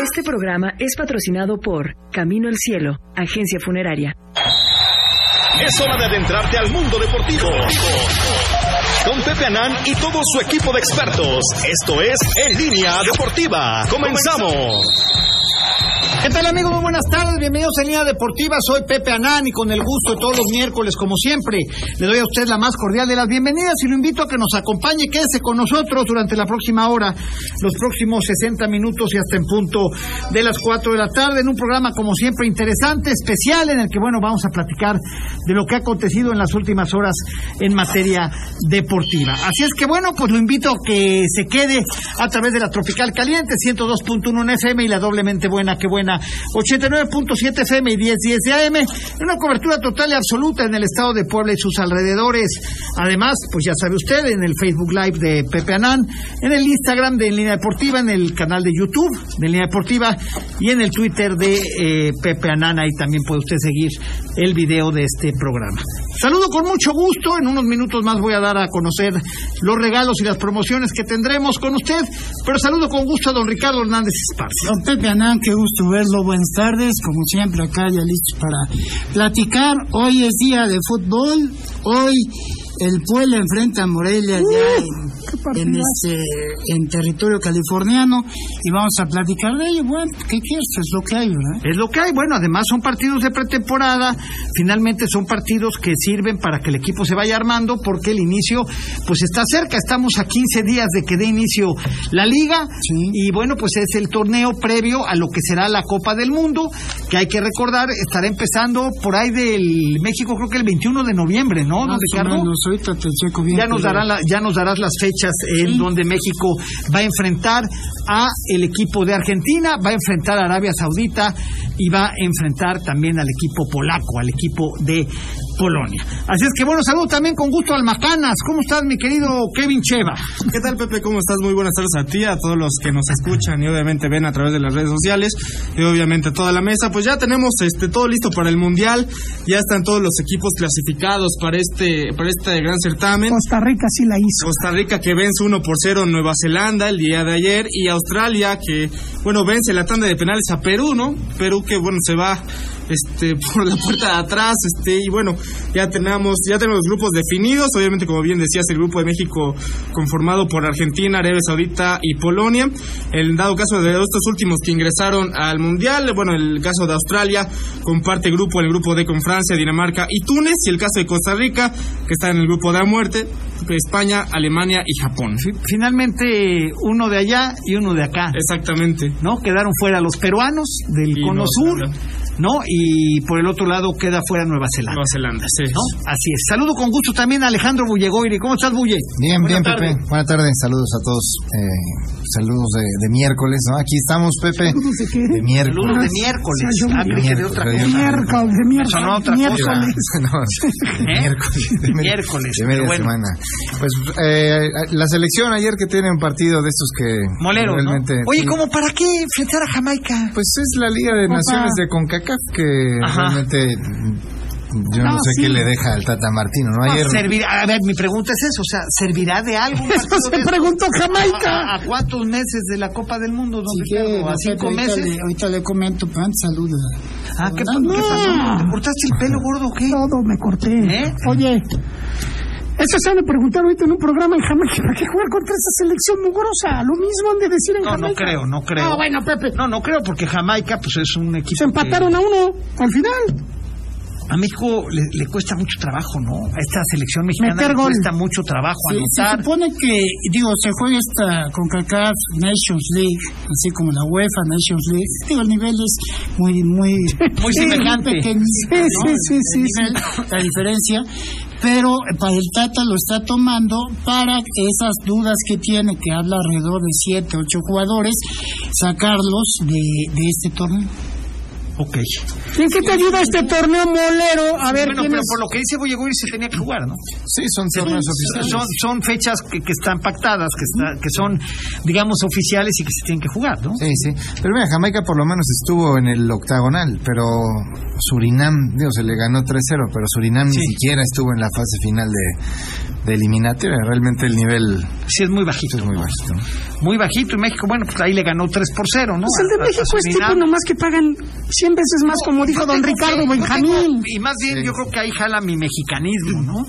Este programa es patrocinado por Camino al Cielo, agencia funeraria. Es hora de adentrarte al mundo deportivo. Con Pepe Anán y todo su equipo de expertos. Esto es En Línea Deportiva. ¡Comenzamos! ¿Qué tal, amigos? Muy buenas tardes, bienvenidos a Línea Deportiva. Soy Pepe Anán y con el gusto de todos los miércoles, como siempre, le doy a usted la más cordial de las bienvenidas y lo invito a que nos acompañe, quédese con nosotros durante la próxima hora, los próximos 60 minutos y hasta en punto de las 4 de la tarde, en un programa como siempre interesante, especial, en el que, bueno, vamos a platicar de lo que ha acontecido en las últimas horas en materia deportiva. Así es que, bueno, pues lo invito a que se quede a través de la Tropical Caliente, 102.1 en FM y la doblemente buena, que buena, 89.7 FM y 1010 de AM, una cobertura total y absoluta en el estado de Puebla y sus alrededores. Además, pues ya sabe usted, en el Facebook Live de Pepe Anán, en el Instagram de En Línea Deportiva, en el canal de YouTube de En Línea Deportiva y en el Twitter de Pepe Anán. Ahí también puede usted seguir el video de este programa. Saludo con mucho gusto. En unos minutos más voy a dar a conocer los regalos y las promociones que tendremos con usted, pero saludo con gusto a don Ricardo Hernández Esparza. Don Pepe Anán, qué gusto verlo, buenas tardes, como siempre acá ya listos para platicar. Hoy es día de fútbol, hoy el Puebla enfrenta a Morelia ya en territorio californiano y vamos a platicar de ello. Bueno, ¿qué quieres? Es lo que hay, ¿verdad? Es lo que hay. Bueno, además son partidos de pretemporada, finalmente son partidos que sirven para que el equipo se vaya armando porque el inicio pues está cerca, estamos a 15 días de que dé inicio la liga, sí. Y bueno, pues es el torneo previo a lo que será la Copa del Mundo, que hay que recordar, estará empezando por ahí del México, creo que el 21 de noviembre, ¿no, don Ricardo? Ahorita te checo bien. Ya nos darás las fechas en donde México va a enfrentar a el equipo de Argentina, va a enfrentar a Arabia Saudita y va a enfrentar también al equipo polaco, al equipo de Polonia. Así es que, bueno, saludo también con gusto al Macanas. ¿Cómo estás, mi querido Kevin Cheva? ¿Qué tal, Pepe? ¿Cómo estás? Muy buenas tardes a ti, a todos los que nos escuchan y obviamente ven a través de las redes sociales y obviamente toda la mesa. Pues ya tenemos todo listo para el Mundial, ya están todos los equipos clasificados para este gran certamen. Costa Rica sí la hizo. Costa Rica que vence 1-0 en Nueva Zelanda el día de ayer, y Australia que, bueno, vence la tanda de penales a Perú, ¿no? Perú que, bueno, se va por la puerta de atrás, y bueno, ya tenemos los grupos definidos. Obviamente, como bien decías, el grupo de México conformado por Argentina, Arabia Saudita y Polonia. En dado caso de estos últimos que ingresaron al Mundial, bueno, el caso de Australia comparte grupo en el grupo D con Francia, Dinamarca y Túnez, y el caso de Costa Rica, que está en el grupo de la muerte, España, Alemania y Japón. Finalmente, uno de allá y uno de acá. Exactamente. ¿No? Quedaron fuera los peruanos del Cono Sur, ¿no? Y por el otro lado queda fuera Nueva Zelanda. Nueva Zelanda, sí. ¿No? Así es. Saludo con gusto también a Alejandro Bullegoiri. ¿Cómo estás, Bulle? Bien, Pepe. Buenas tardes. Saludos a todos. Saludos de miércoles, ¿no? Aquí estamos, Pepe. ¿De miércoles. Saludos de miércoles. De otra cosa. Miércoles. De media semana. Pues la selección ayer que tiene un partido de estos que molero, realmente, ¿no? Oye, sí. ¿cómo para qué enfrentar a Jamaica? Pues es la Liga de Naciones de CONCACAF que realmente yo no sé qué le deja al Tata Martino, ¿no? Ayer... A ver, mi pregunta es eso, o sea, ¿servirá de algo? Eso se preguntó Jamaica. ¿A cuántos meses de la Copa del Mundo, don Ricardo? ¿A 5 meses? Ahorita le comento, saluda. ¿Qué pasó? ¿Te cortaste el pelo, gordo, o qué? Todo me corté. Oye, eso se han de preguntar ahorita en un programa en Jamaica. ¿Para qué jugar contra esa selección mugrosa? Lo mismo han de decir en Jamaica. No creo. Bueno, Pepe. No creo, porque Jamaica pues es un equipo. Se empataron a 1 al final. A México le cuesta mucho trabajo, ¿no? A esta selección mexicana le cuesta mucho trabajo anotar. Se supone que, se juega esta CONCACAF Nations League, así como la UEFA Nations League. El nivel es muy semejante. Sí. La diferencia. Pero para el Tata lo está tomando para esas dudas que tiene, que habla alrededor de 7, 8 jugadores, sacarlos de este torneo. Ok. ¿En qué te ayuda este torneo molero? A ver, bueno, pero por lo que dice Bullegoiri se tenía que jugar, ¿no? Sí, son torneos oficiales. Son fechas que están pactadas, que son, digamos, oficiales y que se tienen que jugar, ¿no? Sí. Pero mira, Jamaica por lo menos estuvo en el octagonal, pero Surinam, se le ganó 3-0, pero Surinam ni siquiera estuvo en la fase final eliminatoria. Realmente el nivel sí es muy bajito. Es muy bajito. Muy bajito, y México, bueno, pues ahí le ganó 3-0, ¿no? Pues el de México es tipo nomás que pagan 100 veces más, como dijo don Ricardo Benjamín. Y más bien yo creo que ahí jala mi mexicanismo, ¿no?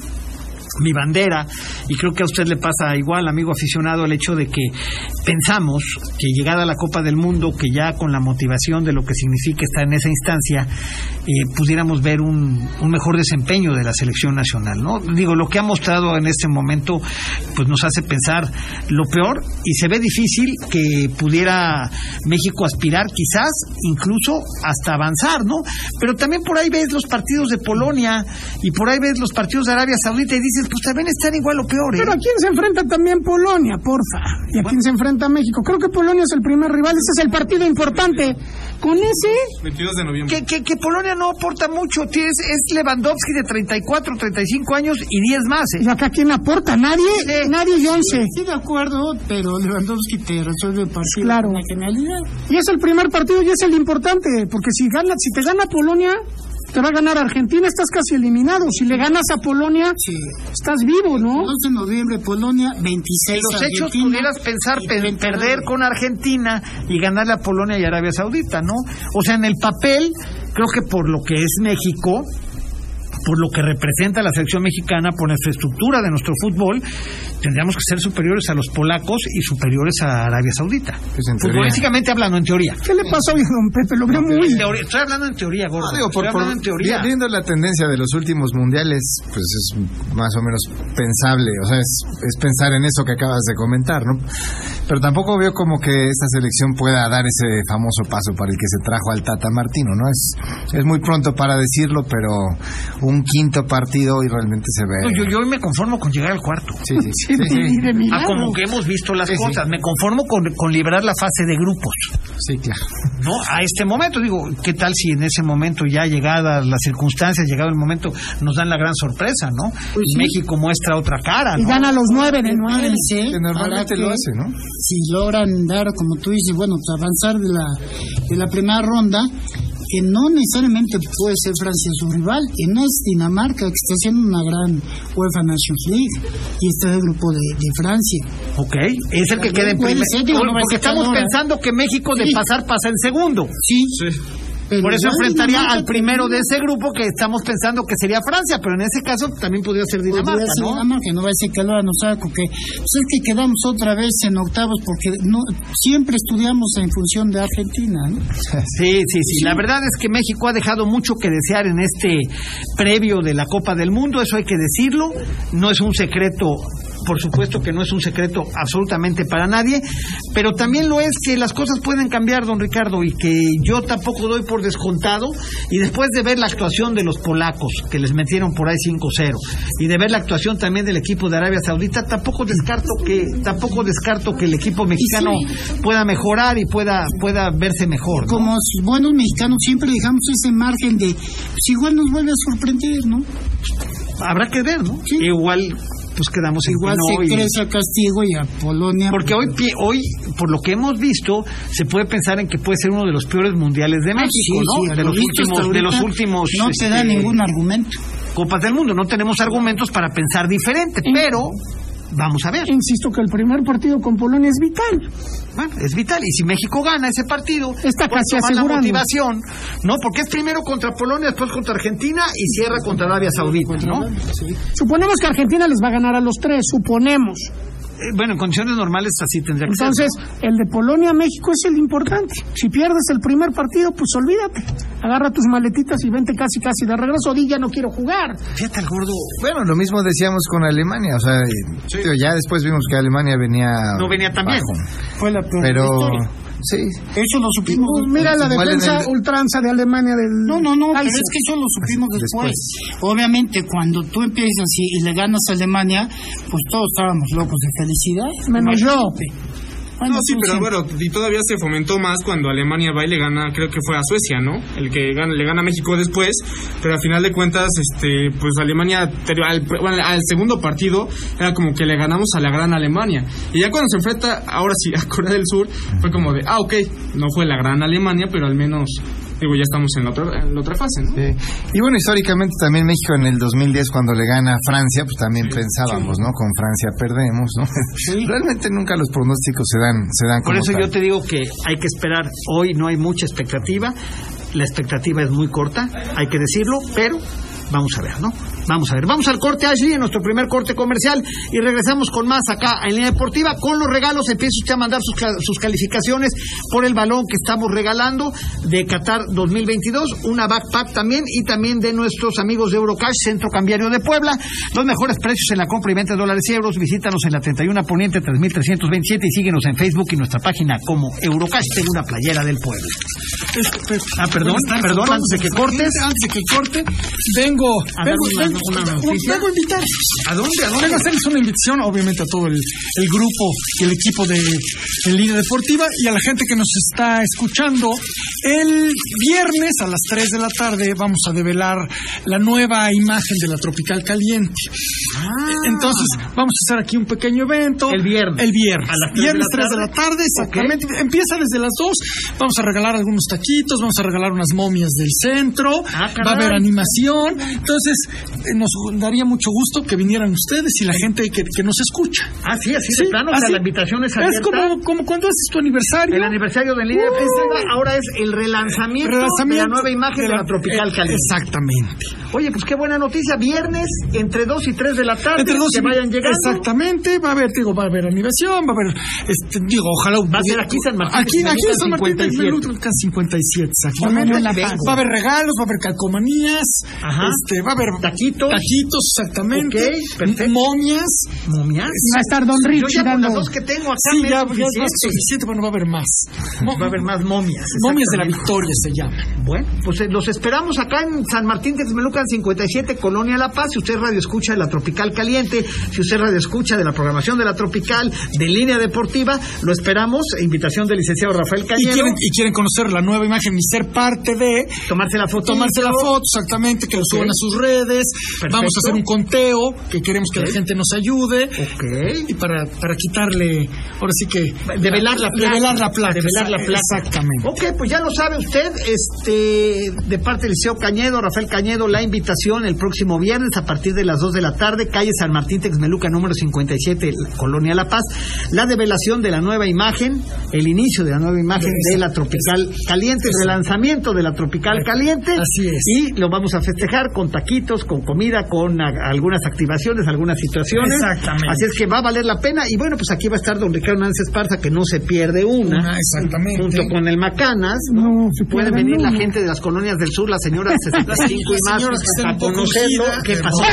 Mi bandera, y creo que a usted le pasa igual, amigo aficionado, el hecho de que pensamos que llegada a la Copa del Mundo, que ya con la motivación de lo que significa estar en esa instancia, pudiéramos ver un mejor desempeño de la selección nacional, ¿no? Digo, lo que ha mostrado en este momento pues nos hace pensar lo peor, y se ve difícil que pudiera México aspirar quizás incluso hasta avanzar, ¿no? Pero también por ahí ves los partidos de Polonia y por ahí ves los partidos de Arabia Saudita y dices, pues también están igual o peor, ¿eh? Pero ¿a quién se enfrenta también Polonia, porfa? ¿Y a quién se enfrenta México? Creo que Polonia es el primer rival, ese es el partido importante. Con ese... 22 de noviembre. Que Polonia no aporta mucho, es Lewandowski de 34, 35 años y 10 más, ¿eh? ¿Y acá quién aporta? ¿Nadie? Sí. Nadie y 11. Sí, de acuerdo, pero Lewandowski te resuelve el partido. Claro. Con la genialidad. Y es el primer partido y es el importante, porque si te gana Polonia, te va a ganar Argentina, estás casi eliminado. Si le ganas a Polonia, sí, estás vivo, ¿no? 12 de noviembre, Polonia, 26 los Argentina, hechos pudieras pensar perder con Argentina y ganarle a Polonia y Arabia Saudita, ¿no? O sea, en el papel, creo que por lo que es México, por lo que representa la selección mexicana, por la infraestructura de nuestro fútbol, tendríamos que ser superiores a los polacos y superiores a Arabia Saudita. Pues futbolísticamente hablando, en teoría. ¿Qué le pasó a don Pepe? Lo veo muy... Estoy hablando en teoría, gordo. No, digo, estoy hablando en teoría. Viendo la tendencia de los últimos mundiales, pues es más o menos pensable, o sea, es pensar en eso que acabas de comentar, ¿no? Pero tampoco veo como que esta selección pueda dar ese famoso paso para el que se trajo al Tata Martino, ¿no? Es muy pronto para decirlo, pero un quinto partido y realmente se ve... No, yo hoy me conformo con llegar al cuarto. Sí. De milagro. Como que hemos visto las cosas. Me conformo con librar la fase de grupos. Sí, claro. No, a este momento, digo, ¿qué tal si en ese momento ya llegadas las circunstancias, llegado el momento, nos dan la gran sorpresa, ¿no? Pues sí. México muestra otra cara, ¿no? Y gana los 9 de 9. Que normalmente lo hace, ¿no? Si logran dar, como tú dices, bueno, avanzar de la primera ronda, que no necesariamente puede ser Francia su rival, que no es Dinamarca, que está haciendo una gran UEFA Nations League, y está en el grupo de Francia. Ok, es el que queda en primer. Porque estamos pensando que México de pasar pasa en segundo. Sí. Por eso enfrentaría al primero de ese grupo que estamos pensando que sería Francia, pero en ese caso también podría ser Dinamarca, ¿no? Dinamarca, no va a ser que ahora nos haga porque pues es que quedamos otra vez en octavos porque no siempre estudiamos en función de Argentina, ¿no? Sí. La verdad es que México ha dejado mucho que desear en este previo de la Copa del Mundo, eso hay que decirlo, no es un secreto. Por supuesto que no es un secreto absolutamente para nadie, pero también lo es que las cosas pueden cambiar, don Ricardo, y que yo tampoco doy por descontado, y después de ver la actuación de los polacos, que les metieron por ahí 5-0, y de ver la actuación también del equipo de Arabia Saudita, tampoco descarto que el equipo mexicano pueda mejorar y pueda verse mejor, ¿no? Como buenos mexicanos siempre dejamos ese margen de, pues igual nos vuelve a sorprender, ¿no? Habrá que ver, ¿no? Sí. Igual pues quedamos en igual se crece a Castigo y a Polonia. Porque hoy, por lo que hemos visto, se puede pensar en que puede ser uno de los peores mundiales de México, ¿no? De los últimos no te da ningún argumento. Copas del Mundo, no tenemos argumentos para pensar diferente, pero vamos a ver. Insisto que el primer partido con Polonia es vital. Bueno, es vital, y si México gana ese partido, está casi asegurando la motivación, ¿no? Porque es primero contra Polonia, después contra Argentina y cierra contra Arabia Saudita, ¿no? Sí. Suponemos que Argentina les va a ganar a los 3, suponemos. Bueno, en condiciones normales así tendría que ser. Entonces, el de Polonia-México es el importante. Si pierdes el primer partido, pues olvídate. Agarra tus maletitas y vente casi de regreso. Di, ya no quiero jugar. Fíjate al gordo. Bueno, lo mismo decíamos con Alemania. O sea, ya después vimos que Alemania venía... No venía tan bien. Fue la peor historia. Sí. Eso lo supimos. Mira la defensa ultranza de Alemania del... No, pero es que eso lo supimos después. Obviamente, cuando tú empiezas y le ganas a Alemania, pues todos estábamos locos de felicidad. Menos yo. No, sí, pero bueno, y todavía se fomentó más cuando Alemania va y le gana, creo que fue a Suecia, ¿no? El que le gana a México después, pero al final de cuentas, pues Alemania, al segundo partido, era como que le ganamos a la gran Alemania. Y ya cuando se enfrenta, ahora sí, a Corea del Sur, fue como de, ok, no fue la gran Alemania, pero al menos digo, ya estamos en la otra fase, ¿no? Sí. Y bueno, históricamente también México en el 2010 cuando le gana a Francia, pues también pensábamos, ¿no? Con Francia perdemos, ¿no? Sí. Realmente nunca los pronósticos se dan Por como eso tal. yo te digo que hay que esperar. Hoy no hay mucha expectativa. La expectativa es muy corta, hay que decirlo, pero vamos a ver, ¿no? Vamos a ver. Vamos al corte, Ashley, en nuestro primer corte comercial, y regresamos con más acá en Línea Deportiva. Con los regalos empieza usted a mandar sus calificaciones por el balón que estamos regalando de Qatar 2022, una backpack también, y también de nuestros amigos de Eurocash, Centro Cambiario de Puebla. Los mejores precios en la compra y venta de dólares y euros. Visítanos en la 31 Poniente 3327 y síguenos en Facebook y nuestra página como Eurocash. Tengo una playera del pueblo. Perdón, antes de que corte, vengo a dar una noticia. Vengo a invitar. ¿A dónde? Vengo a hacerles una invitación, obviamente, a todo el grupo y el equipo de Línea Deportiva y a la gente que nos está escuchando. El viernes a las 3 de la tarde vamos a develar la nueva imagen de la Tropical Caliente. Entonces, vamos a hacer aquí un pequeño evento. El viernes. A las viernes 3 de la tarde, exactamente. Okay. Empieza desde las 2. Vamos a regalar algunos taquitos, vamos a regalar unas momias del centro. Va a haber animación. Entonces, nos daría mucho gusto que vinieran ustedes y la gente que nos escucha. Así de plano. O sea, la invitación es abierta. Es como cuando haces tu aniversario. El aniversario de Línea Deportiva. Ahora es el relanzamiento de la nueva imagen de la Tropical Caliente. Exactamente. Oye, pues qué buena noticia. Viernes, entre 2 y 3 de la tarde. Que vayan llegando. Exactamente. Va a haber animación, va a haber, ojalá. Va a ser aquí San Martín. Aquí en San Martín de 57, exactamente. Va a haber regalos, va a haber calcomanías. Ajá. Va a haber taquitos, exactamente. Okay, perfecto. Momias. Va a estar Don Richie. Yo ya con las dos que tengo acá. Sí, ya es suficiente, bueno, va a haber más. Va a haber más momias. Momias de la Victoria se llama. Bueno, pues los esperamos acá en San Martín Texmelucan 57, Colonia La Paz. Si usted radio escucha de la Tropical Caliente, si usted radio escucha de la programación de la Tropical, de Línea Deportiva, lo esperamos. Invitación del licenciado Rafael Cañedo. Y quieren conocer la nueva imagen y ser parte de... Tomarse la foto, exactamente, que lo suban a sus redes. Perfecto. Vamos a hacer un conteo, que queremos que la gente nos ayude. Y para quitarle, ahora sí que... Develar la placa. Exactamente. Ok, pues ya lo sabe usted, de parte del liceo Cañedo, Rafael Cañedo, la invitación el próximo viernes a partir de las 2 de la tarde, calle San Martín Texmeluca número 57, Colonia La Paz, la develación de la nueva imagen, el inicio de la nueva imagen de la Tropical Caliente, el relanzamiento de la Tropical Caliente. Así es. Y lo vamos a festejar con taquitos, con comida, con algunas activaciones, algunas situaciones. Exactamente. Así es que va a valer la pena. Y bueno, pues aquí va a estar don Ricardo Hernández Esparza, que no se pierde una. Exactamente. Junto con el Macanas. No, puede venir la gente de las colonias del sur, la señora de 65 y más, a conocerlo. ¿Qué pasó?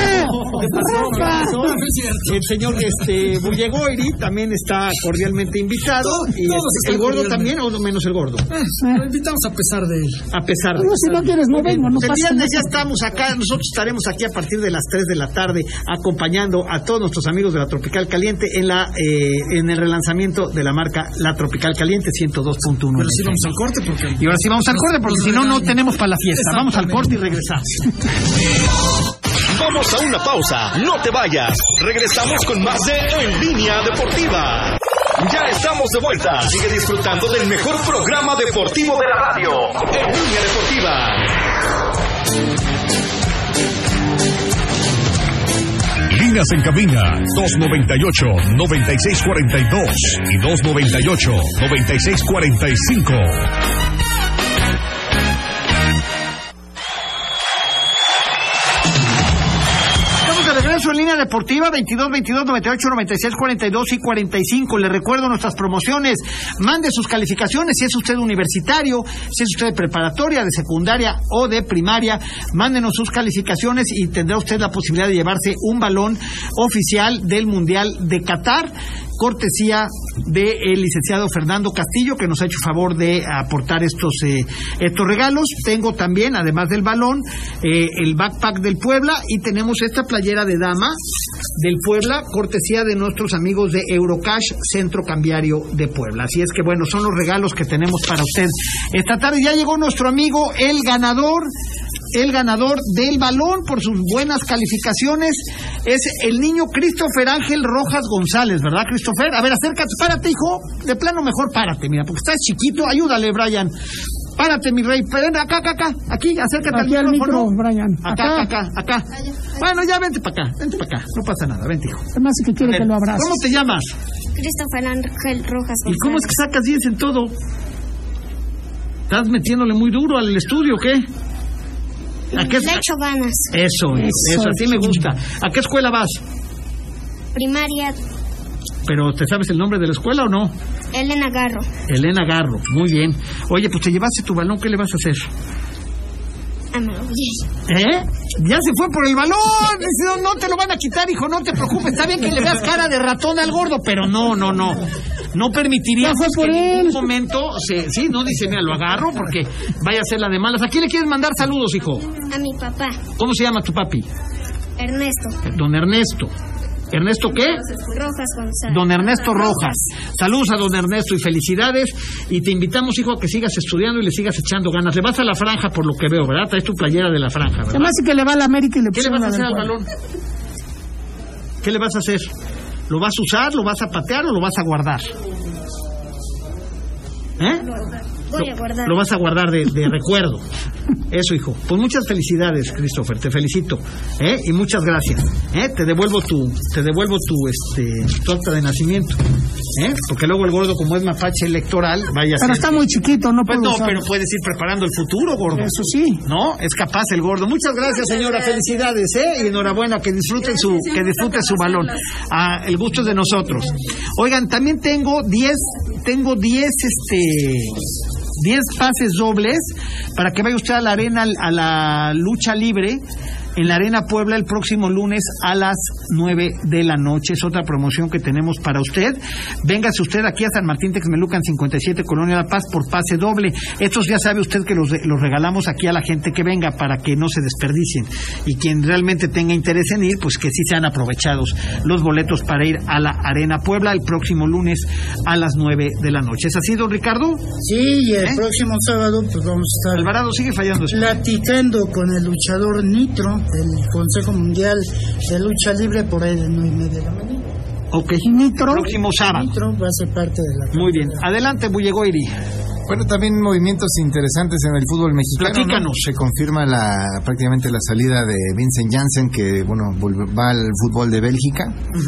El señor Bullegoiri también está cordialmente invitado. Y el gordo también, o menos el gordo. Lo invitamos a pesar de él. A pesar de él. Si no quieres, no vengo. El viernes ya estamos acá. Nosotros estaremos aquí a partir de las 3 de la tarde acompañando a todos nuestros amigos de la Tropical Caliente en el relanzamiento de la marca La Tropical Caliente 102.1. Pero sí vamos al corte y ahora sí vamos al corte porque si no tenemos para la fiesta. Vamos al corte y regresamos. Vamos a una pausa, no te vayas. Regresamos con más de En Línea Deportiva. Ya estamos de vuelta. Sigue disfrutando del mejor programa deportivo de la radio. En Línea Deportiva. Líneas en cabina 298-9642 y 298-9645. En Línea Deportiva 22 98 96 42 y 45. Le recuerdo nuestras promociones. Mande sus calificaciones si es usted universitario, si es usted de preparatoria, de secundaria o de primaria. Mándenos sus calificaciones y tendrá usted la posibilidad de llevarse un balón oficial del Mundial de Qatar, cortesía del licenciado Fernando Castillo, que nos ha hecho favor de aportar estos regalos. Tengo también, además del balón, el backpack del Puebla, y tenemos esta playera de dama del Puebla, cortesía de nuestros amigos de Eurocash, Centro Cambiario de Puebla. Así es que bueno, son los regalos que tenemos para usted esta tarde. Ya llegó nuestro amigo, el ganador del balón por sus buenas calificaciones. Es el niño Christopher Ángel Rojas González, ¿verdad, Christopher? A ver, acércate, párate, hijo. De plano mejor párate, mira, porque estás chiquito. Ayúdale, Brian. Párate, mi rey. Ven, acá. Aquí, acércate Aquí al micrófono. Brian. Acá. Bueno, ya vente para acá. No pasa nada, vente, hijo. Además que quiere que lo abrace. ¿Cómo te llamas? Christopher Ángel Rojas González. ¿Y cómo es que sacas 10 en todo? ¿Estás metiéndole muy duro al estudio o qué? ¿A qué? Le echo ganas. Eso, así me gusta. ¿A qué escuela vas? Primaria. ¿Pero te sabes el nombre de la escuela o no? Elena Garro, muy bien. Oye, pues te llevaste tu balón, ¿qué le vas a hacer? Me lo voy. Ya se fue por el balón. No te lo van a quitar, hijo, no te preocupes. Está bien que le veas cara de ratón al gordo, pero no. No permitiríamos que en ningún momento dice, mira, lo agarro porque vaya a ser la de malas. ¿A quién le quieres mandar saludos, hijo? A mi papá. ¿Cómo se llama tu papi? Ernesto. Don Ernesto. ¿Ernesto qué? Rojas González. Don Ernesto Rojas. Saludos a don Ernesto y felicidades. Y te invitamos, hijo, a que sigas estudiando y le sigas echando ganas. Le vas a la franja por lo que veo, ¿verdad? Traes tu playera de la franja, ¿verdad? Además que le va a la América y le ¿Qué le vas a hacer al balón? ¿Qué le vas a hacer? ¿Lo vas a usar, lo vas a patear o lo vas a guardar? Voy a guardar. Lo vas a guardar de recuerdo. Eso, hijo. Pues muchas felicidades, Christopher. Te felicito. Y muchas gracias. Te devuelvo tu acta de nacimiento. Porque luego el gordo, como es mapache electoral, vaya a ser. Pero está muy chiquito, no puede usar. Pero puedes ir preparando el futuro, gordo. Eso sí. No, es capaz el gordo. Muchas gracias, señora. Felicidades, y enhorabuena, que disfruten su balón. El gusto es de nosotros. Oigan, también tengo 10 pases dobles para que vaya usted a la arena, a la lucha libre en la Arena Puebla el próximo lunes a las 9 de la noche. Es otra promoción que tenemos para usted. Véngase usted aquí a San Martín Texmelucan 57, Colonia La Paz, por pase doble. Estos ya sabe usted que los regalamos aquí a la gente que venga para que no se desperdicien. Y quien realmente tenga interés en ir, pues que sí sean aprovechados los boletos para ir a la Arena Puebla el próximo lunes a las 9 de la noche. ¿Es así, don Ricardo? Sí, y el próximo sábado pues vamos a estar Alvarado sigue fallando eso. Platicando con el luchador Nitro del Consejo Mundial de Lucha Libre por ahí de 9:30 de la mañana. Ok. Nitro. Próximo sábado. Nitro va a ser parte de la... Muy bien. Adelante, Bullegoiri. Bueno, también movimientos interesantes en el fútbol mexicano. Platícanos. ¿No? Se confirma prácticamente la salida de Vincent Janssen, que va al fútbol de Bélgica.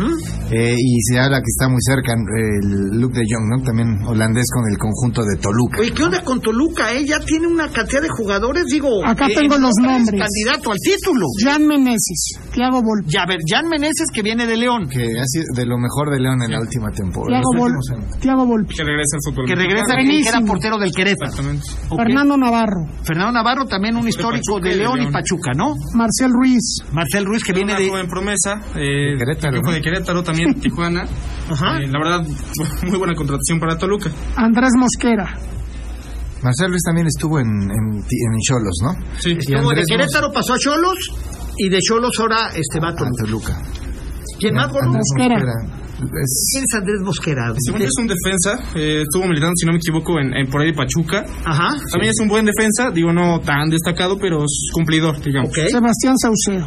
Y se habla que está muy cerca el Luc de Jong, ¿no? También holandés con el conjunto de Toluca. Oye, ¿qué onda con Toluca? Ya tiene una cantidad de jugadores, Acá tengo los nombres. Candidato al título. Jan Meneses, Thiago Volpi. Ya, a ver, Jan Meneses, que viene de León. Que ha sido de lo mejor de León en la última temporada. Thiago Volpi. Que regresa al fútbol. Que regresa, que era portero del Querétaro. Exactamente. Okay. Fernando Navarro, también un histórico de León y Pachuca, ¿no? Marcel Ruiz, que viene de joven promesa, Querétaro, de Querétaro, también Tijuana. Ajá. La verdad, muy buena contratación para Toluca. Andrés Mosquera. Marcel Luis también estuvo en Xolos, ¿no? Sí. Estuvo de Querétaro, pasó a Xolos, y de Xolos ahora va a Toluca. ¿Quién más, gordo? Mosquera. ¿Quién es Andrés Mosquera? Según yo es un defensa, estuvo militando, si no me equivoco, en por ahí de Pachuca. Ajá. También es un buen defensa, digo, no tan destacado, pero es cumplidor, digamos. Okay. Sebastián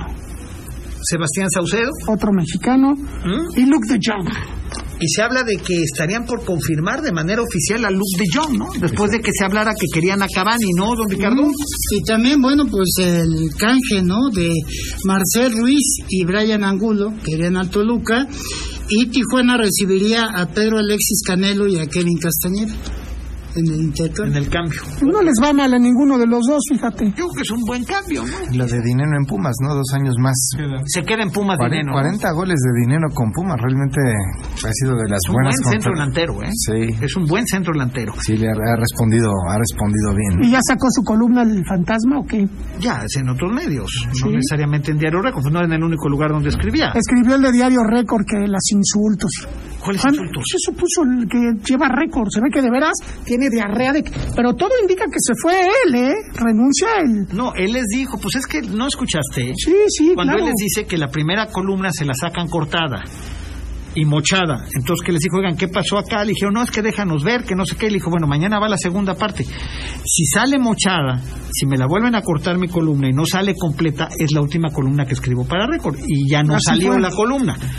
Saucedo, otro mexicano, y Luc de Jong. Y se habla de que estarían por confirmar de manera oficial a Luc de Jong, ¿no? Después de que se hablara que querían a Cavani, ¿no, don Ricardo? Y también, pues el canje, ¿no? De Marcel Ruiz y Brian Angulo, que irían al Toluca, y Tijuana recibiría a Pedro Alexis Canelo y a Kevin Castañeda en el intercambio. En el cambio. No les va mal a ninguno de los dos, fíjate. Yo creo que es un buen cambio, ¿no? Lo de Dinero en Pumas, ¿no? 2 años más. Se queda en Pumas Dinero. 40 goles de Dinero con Pumas, realmente ha sido de las buenas. Es un buen centro delantero, Sí. Es un buen centro delantero. Sí, le ha respondido bien. ¿Y ya sacó su columna el fantasma o qué? Ya, es en otros medios, no necesariamente en Diario Récord, no en el único lugar donde escribía. Escribió el de Diario Récord que las insultos. ¿Cuáles insultos? Eso puso el que lleva récord, se ve que de veras tiene diarrea pero todo indica que se fue él, renuncia él. No, él les dijo, pues es que no escuchaste. Sí, cuando claro. él les dice que la primera columna se la sacan cortada y mochada, entonces que les dijo, oigan, ¿qué pasó acá? Le dijeron, no, es que déjanos ver, que no sé qué. Le dijo, bueno, mañana va la segunda parte. Si sale mochada, si me la vuelven a cortar mi columna y no sale completa, es la última columna que escribo para Récord y ya no salió la columna.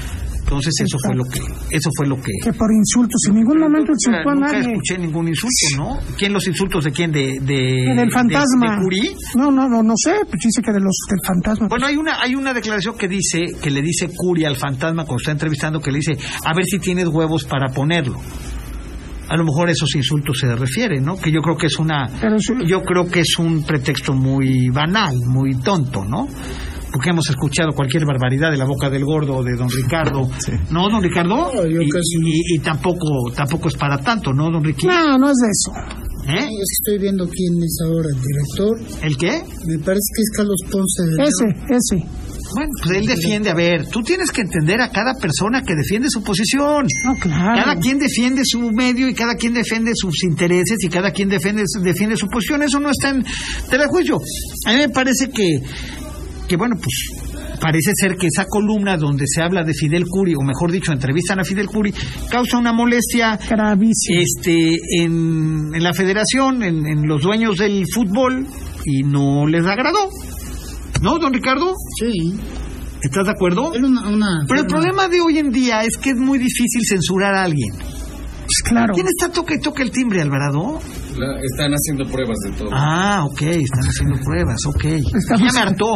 Entonces eso fue lo que Que por insultos, en ningún momento insultó a nunca nadie. escuché ningún insulto, ¿no? ¿Quién los insultos de quién? Del fantasma. ¿De Curi? No sé, pues dice que del fantasma. Bueno, hay una declaración que le dice Curi al fantasma cuando está entrevistando, que le dice, a ver si tienes huevos para ponerlo. A lo mejor esos insultos se refieren, ¿no? Que yo creo que es un pretexto muy banal, muy tonto, ¿no? Porque hemos escuchado cualquier barbaridad de la boca del gordo o de don Ricardo. Sí. ¿No, don Ricardo? No, y tampoco es para tanto, ¿no, don Ricky? No es de eso. Es que estoy viendo quién es ahora el director. ¿El qué? Me parece que es Carlos Ponce. Ese. Bueno, pues él defiende, a ver, tú tienes que entender a cada persona que defiende su posición. No, claro. Cada quien defiende su medio y cada quien defiende sus intereses y cada quien defiende su posición. Eso no está en telejuicio. A mí me parece que bueno, pues parece ser que esa columna donde se habla de Fidel Curi, o mejor dicho, entrevistan a Fidel Curi, causa una molestia gravísima en la federación, en los dueños del fútbol, y no les agradó. ¿No, don Ricardo? Sí. ¿Estás de acuerdo? Pero el problema de hoy en día es que es muy difícil censurar a alguien. Pues claro. ¿Quién está toque el timbre, Alvarado? Están haciendo pruebas de todo. Ah, ok, están haciendo pruebas, ok. Ya me hartó.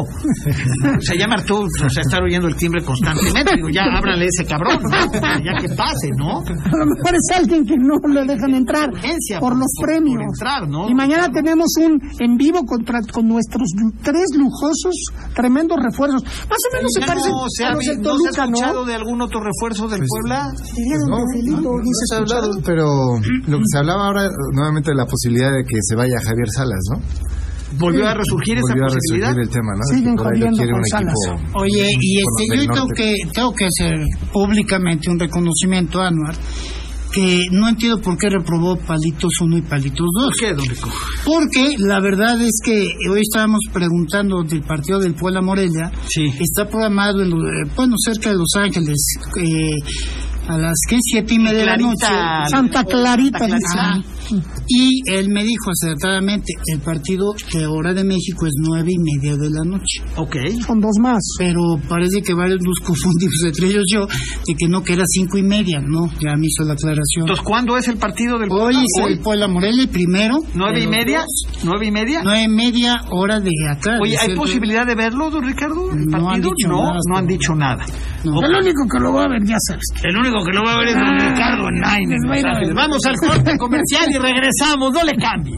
O sea, estar oyendo el timbre constantemente. Digo, ya ábrale ese cabrón, ¿no? Ya que pase, ¿no? A lo mejor es alguien que no le dejan entrar por los premios. Por entrar, ¿no? Y mañana tenemos un en vivo con nuestros 3 lujosos, tremendos refuerzos. Más o menos se parecen a los del Toluca, ¿no? ¿Se ha escuchado de algún otro refuerzo del Puebla? No se ha hablado, pero lo que se hablaba ahora, nuevamente, de la posibilidad de que se vaya Javier Salas, ¿no? Volvió a resurgir esa posibilidad. Volvió a resurgir el tema, ¿no? Siguen jodiendo con Salas. Oye, y yo tengo que hacer públicamente un reconocimiento a Anuar, que no entiendo por qué reprobó Palitos 1 y Palitos 2. ¿Por qué, don Rico? Porque la verdad es que hoy estábamos preguntando del partido del Puebla Morelia. Sí. Está programado cerca de Los Ángeles, a las 7:30 de la noche. Santa Clarita. Y él me dijo acertadamente, el partido de hora de México es 9:30 de la noche. Ok. Son 2 más. Pero parece que varios nos confundimos, entre ellos yo, de que no, que era 5:30. No, ya me hizo la aclaración. Entonces, ¿cuándo es el partido del Puebla? Hoy es el Puebla Morelia, el primero. 9:30. 9:30. 9:30 hora de acá. Oye, ¿hay posibilidad de verlo, don Ricardo? ¿El partido? No han dicho nada. No. El único que lo va a ver, ya sabes. El único que lo va a ver es don Ricardo en Nine. Vamos al corte comercial y regresamos. No le cambie.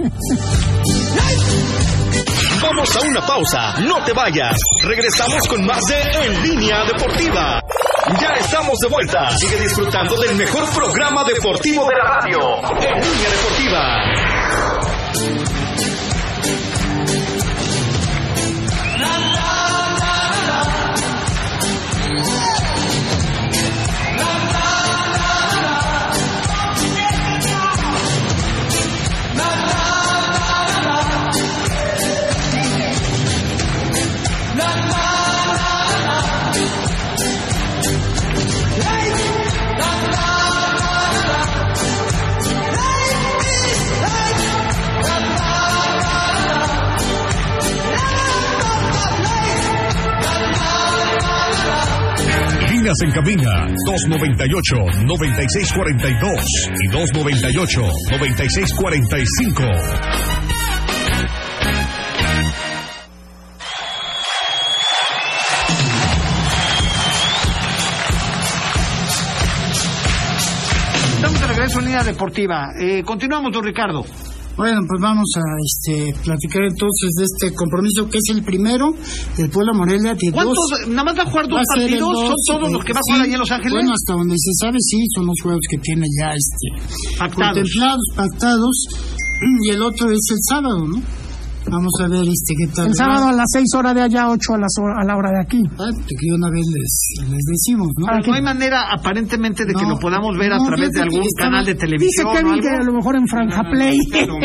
Vamos a una pausa. No te vayas. Regresamos con más de En Línea Deportiva. Ya estamos de vuelta. Sigue disfrutando del mejor programa deportivo de la radio. En Línea Deportiva. En cabina 298-9642 y 298-9645. Estamos de regreso en Línea Deportiva. Continuamos, don Ricardo. Bueno, pues vamos a platicar entonces de este compromiso que es el primero del Puebla Morelia. ¿Cuántos? ¿Nada más va a jugar 2 partidos? ¿Son todos los que va a jugar ahí en Los Ángeles? Bueno, hasta donde se sabe, sí, son los juegos que tiene ya pactados, y el otro es el sábado, ¿no? Vamos a ver qué tal. El sábado a las 6 horas de allá, 8 a la hora de aquí. Que una vez les decimos, ¿no? No hay manera, aparentemente, de que lo podamos ver a través de algún canal de televisión. Dice Kevin que a lo mejor en Franja Play. No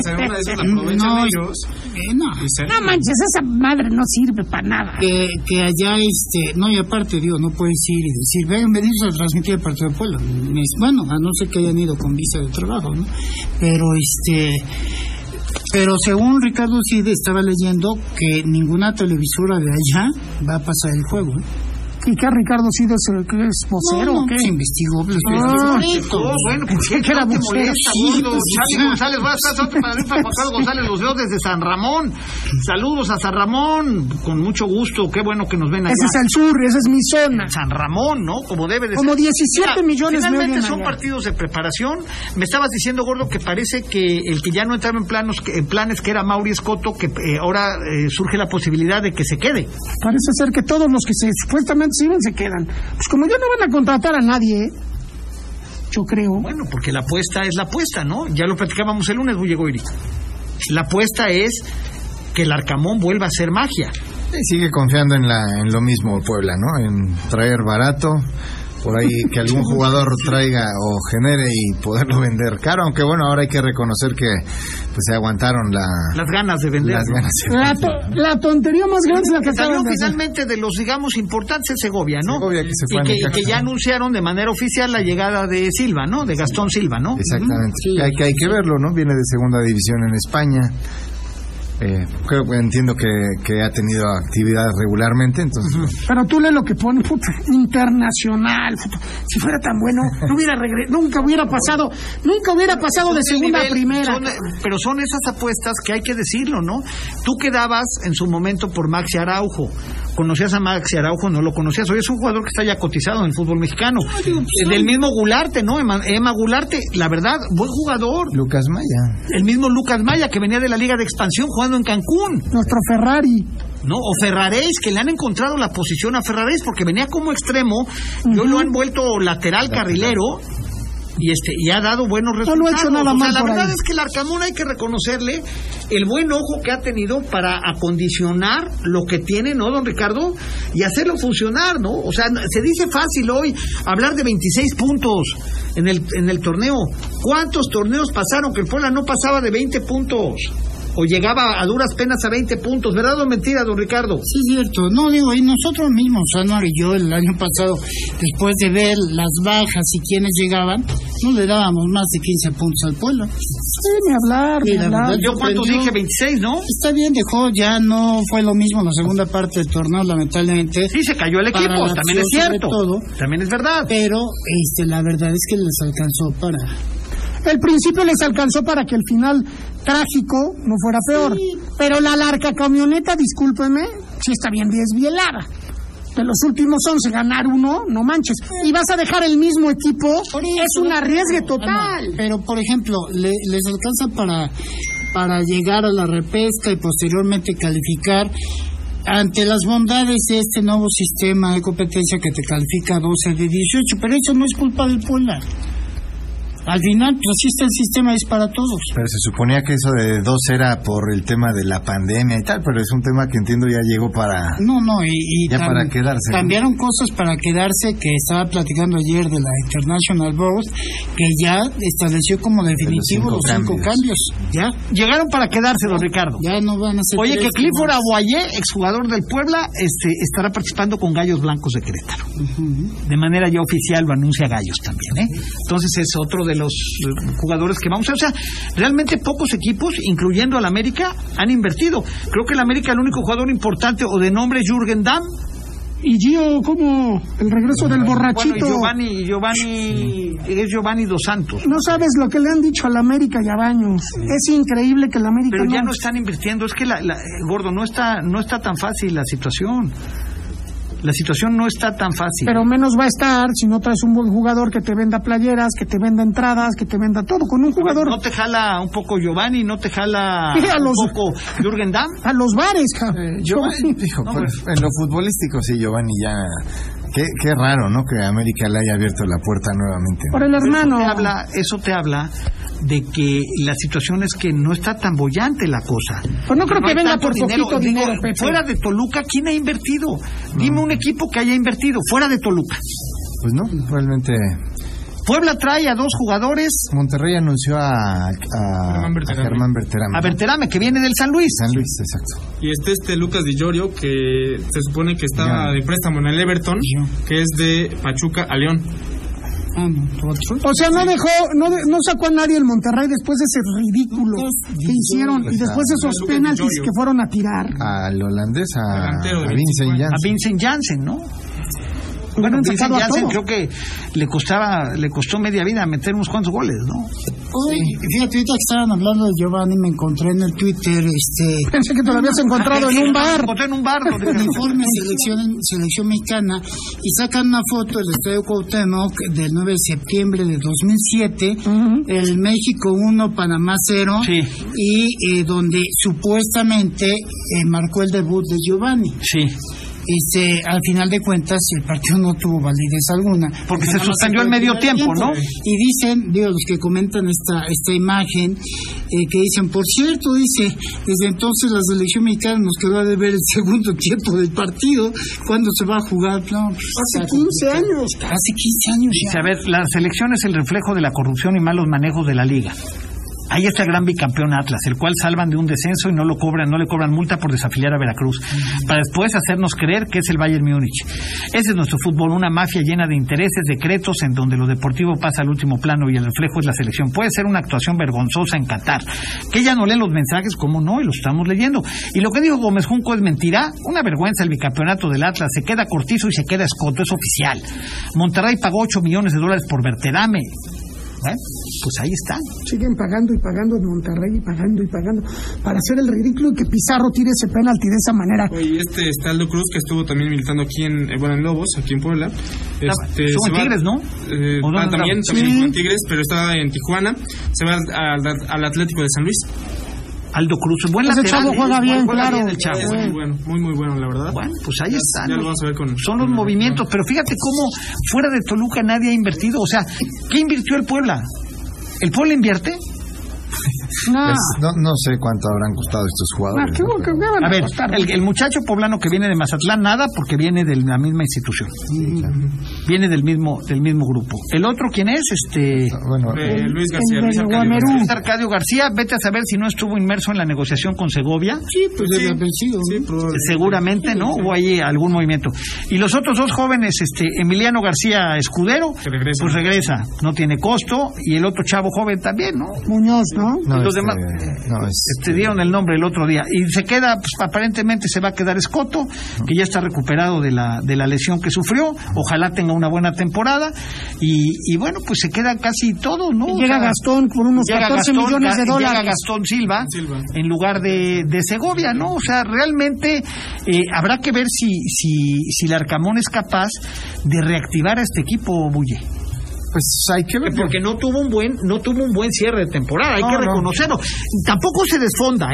manches, esa madre no sirve para nada. Que allá, no, y aparte, no puedes ir y decir, ven, venimos a transmitir el partido de Puebla. Bueno, a no ser que hayan ido con visa de trabajo, ¿no? Pero según Ricardo Cide, estaba leyendo que ninguna televisora de allá va a pasar el juego, ¿eh? ¿Y qué Ricardo Sido es vocero o qué? Se investigó. Bueno, pues ¿qué era vocero? Charlie González, buenas tardes, para Juan Carlos González, los veo desde San Ramón. Saludos a San Ramón, con mucho gusto, qué bueno que nos ven allá. Ese es el sur, esa es mi zona. San Ramón, ¿no? Como debe de ser. Como 17 millones de finalmente son partidos de preparación. Me estabas diciendo, Gordo, que parece que el que ya no entraba en planes que era Mauri Escoto, que ahora surge la posibilidad de que se quede. Parece ser que todos los que supuestamente sirven se quedan. Pues como ya no van a contratar a nadie, yo creo. Bueno, porque la apuesta es la apuesta, ¿no? Ya lo platicábamos el lunes, Bullegoiri. La apuesta es que el Arcamón vuelva a hacer magia. Sigue confiando en lo mismo Puebla, ¿no? En traer barato, por ahí que algún jugador traiga o genere y poderlo vender caro, aunque bueno, ahora hay que reconocer que pues se aguantaron las ganas de vender. La tontería más grande es la que salió finalmente de los, digamos, importantes en Segovia, ¿no? Segovia, que se fue y que ya anunciaron de manera oficial la llegada de Silva, ¿no? De Gastón Silva, ¿no? Exactamente. Sí. Hay que verlo, ¿no? Viene de segunda división en España. Creo que entiendo que ha tenido actividad regularmente, entonces. Pero tú lees lo que pone, internacional. Si fuera tan bueno, nunca hubiera pasado de segunda a primera. Pero son esas apuestas que hay que decirlo, ¿no? Tú quedabas en su momento por Maxi Araujo. ¿Conocías a Maxi Araujo? No lo conocías. Hoy es un jugador que está ya cotizado en el fútbol mexicano. Del mismo Gularte, ¿no? Emma Gularte, la verdad, buen jugador. Lucas Maya. El mismo Lucas Maya, que venía de la Liga de Expansión jugando en Cancún. Nuestro Ferrari. ¿No? O Ferraréis, que le han encontrado la posición a Ferraréis, porque venía como extremo, y hoy lo han vuelto lateral carrilero. Y ha dado buenos resultados. No lo ha hecho nada mal. La verdad es que el Arcamón hay que reconocerle el buen ojo que ha tenido para acondicionar lo que tiene, ¿no, don Ricardo? Y hacerlo funcionar, ¿no? O sea, se dice fácil hoy hablar de 26 puntos en el torneo. ¿Cuántos torneos pasaron que el Puebla no pasaba de 20 puntos? O llegaba a duras penas a 20 puntos, ¿verdad o mentira, don Ricardo? Sí, es cierto. No, digo, y nosotros mismos, Anuar y yo, el año pasado, después de ver las bajas y quienes llegaban, no le dábamos más de 15 puntos al Puebla. Sí, ni hablar. Yo cuántos dije, 26, ¿no? Está bien, ya no fue lo mismo la segunda parte del torneo, lamentablemente. Sí, se cayó el equipo, también es cierto. También es verdad. Pero la verdad es que les alcanzó para... El principio les alcanzó para que el final trágico no fuera peor. Sí. Pero la larga camioneta, discúlpeme, sí está bien desvielada. De los últimos 11 ganar uno, no manches. Y vas a dejar el mismo equipo, es un arriesgue total. No, pero, por ejemplo, les alcanza para llegar a la repesca y posteriormente calificar ante las bondades de este nuevo sistema de competencia que te califica 12 de 18. Pero eso no es culpa del Puebla. Al final, pues así está el sistema, es para todos. Pero se suponía que eso de 2 era por el tema de la pandemia y tal, pero es un tema que entiendo ya llegó para... No, y ya para quedarse. Cambiaron cosas para quedarse, que estaba platicando ayer de la International Board, que ya estableció como definitivo los 5 cambios. Ya. Llegaron para quedarse, don Ricardo. Ya no van a ser... Oye, que Clifford Aguayé, exjugador del Puebla, estará participando con Gallos Blancos de Querétaro. De manera ya oficial lo anuncia Gallos también, ¿eh? Entonces es otro de los jugadores que vamos a... O sea, realmente pocos equipos, incluyendo al América, han invertido. Creo que el América, el único jugador importante o de nombre es Jürgen Damm. Y Gio, ¿cómo? El regreso del borrachito. Bueno, es Giovanni Dos Santos. No sabes lo que le han dicho al América y a Baños. Es increíble que el América Pero ya no están invirtiendo. Es que, Gordo, no está tan fácil la situación. La situación no está tan fácil. Pero menos va a estar si no traes un buen jugador que te venda playeras, que te venda entradas, que te venda todo. Con un jugador... ¿No te jala un poco Giovanni? ¿No te jala un poco Jürgen Damm? A los bares, Giovanni, en lo futbolístico, sí, Giovanni ya... Qué raro, ¿no? Que América le haya abierto la puerta nuevamente. Por el hermano. Eso te habla de que la situación es que no está tan bollante la cosa. Pues no creo que venga por poquito dinero, Pepe. Fuera de Toluca, ¿quién ha invertido? Dime un equipo que haya invertido fuera de Toluca. Pues no, realmente... Puebla trae a 2 jugadores. Monterrey anunció a Germán Berterame. A Berterame, que viene del San Luis. San Luis, exacto. Y Lucas Di Llorio, que se supone que estaba de préstamo en el Everton, que es de Pachuca a León. O sea, no sacó a nadie el Monterrey después de ese ridículo que hicieron y después de esos penaltis que fueron a tirar. Al holandés, a Vincent Janssen. A Vincent Janssen, ¿no? Bueno, hubieran Vincent sacado a Janssen todo. creo que le costó media vida meter unos cuantos goles, ¿no? Oye, fíjate, ahorita que estaban hablando de Giovanni, me encontré en el Twitter Pensé que te lo habías encontrado en un bar. Encontré en un bar. el informe selección mexicana y sacan una foto del Estadio Cuauhtémoc del 9 de septiembre de 2007, el México 1, Panamá 0, Sí. y donde supuestamente marcó el debut de Giovanni. Sí. Al final de cuentas el partido no tuvo validez alguna Porque se nada más suspendió en el medio tiempo, ¿no? y dicen, los que comentan esta imagen, que dicen, por cierto, desde entonces la selección mexicana nos quedó a deber el segundo tiempo del partido, ¿cuándo se va a jugar? No, Hace 15 años. hace 15 años ya. Dice, a ver, la selección es el reflejo de la corrupción y malos manejos de la liga. Ahí está el gran bicampeón Atlas, el cual salvan de un descenso y no le cobran multa por desafiliar a Veracruz, para después hacernos creer que es el Bayern Múnich. Ese es nuestro fútbol, una mafia llena de intereses, decretos, en donde lo deportivo pasa al último plano y el reflejo es la selección. Puede ser una actuación vergonzosa en Qatar, que ella no lee los mensajes, como no, y los estamos leyendo. Y lo que dijo Gómez Junco es mentira, una vergüenza el bicampeonato del Atlas, se queda Cortizo y se queda Escoto, es oficial. Monterrey pagó $8 millones por Berterame. Pues ahí está. Siguen pagando y pagando en Monterrey y pagando para hacer el ridículo y que Pizarro tire ese penalti de esa manera. Oye, está Aldo Cruz, que estuvo también militando aquí en Lobos, aquí en Puebla. Estuvo en Tigres, ¿no? También estuvo en Tigres, pero estaba en Tijuana. Se va al Atlético de San Luis. Aldo Cruz, buen Ese lateral. chavo juega bien, claro. El chavo. Muy bueno, muy bueno, la verdad. Bueno, pues ahí están. Ya lo vamos a ver Son los movimientos, pero fíjate cómo fuera de Toluca nadie ha invertido. O sea, ¿qué invirtió el Puebla? ¿El Puebla invierte? No sé cuánto habrán costado estos jugadores. A ver, el muchacho poblano que viene de Mazatlán, nada, porque viene de la misma institución. Viene del mismo grupo. ¿El otro quién es? Luis García. Luis Arcadio García, vete a saber si no estuvo inmerso en la negociación con Segovia. Sí, pues debe haber sido. Seguramente, ¿no? Hubo ahí algún movimiento. Y los otros dos jóvenes, Emiliano García Escudero, pues regresa, no tiene costo, y el otro chavo joven también, ¿no? Muñoz, ¿no? Los demás dieron el nombre el otro día y se queda, pues, aparentemente se va a quedar Escoto, que ya está recuperado de la lesión que sufrió, ojalá tenga una buena temporada y bueno, pues se queda casi todo, ¿no? Y llega Gastón por unos 14 millones de dólares. Llega Gastón Silva en lugar de Segovia, ¿no? O sea, realmente habrá que ver si el Arcamón es capaz de reactivar a este equipo, Bulle. Pues hay que ver. Porque no tuvo un buen cierre de temporada, hay que reconocerlo. Tampoco se desfonda,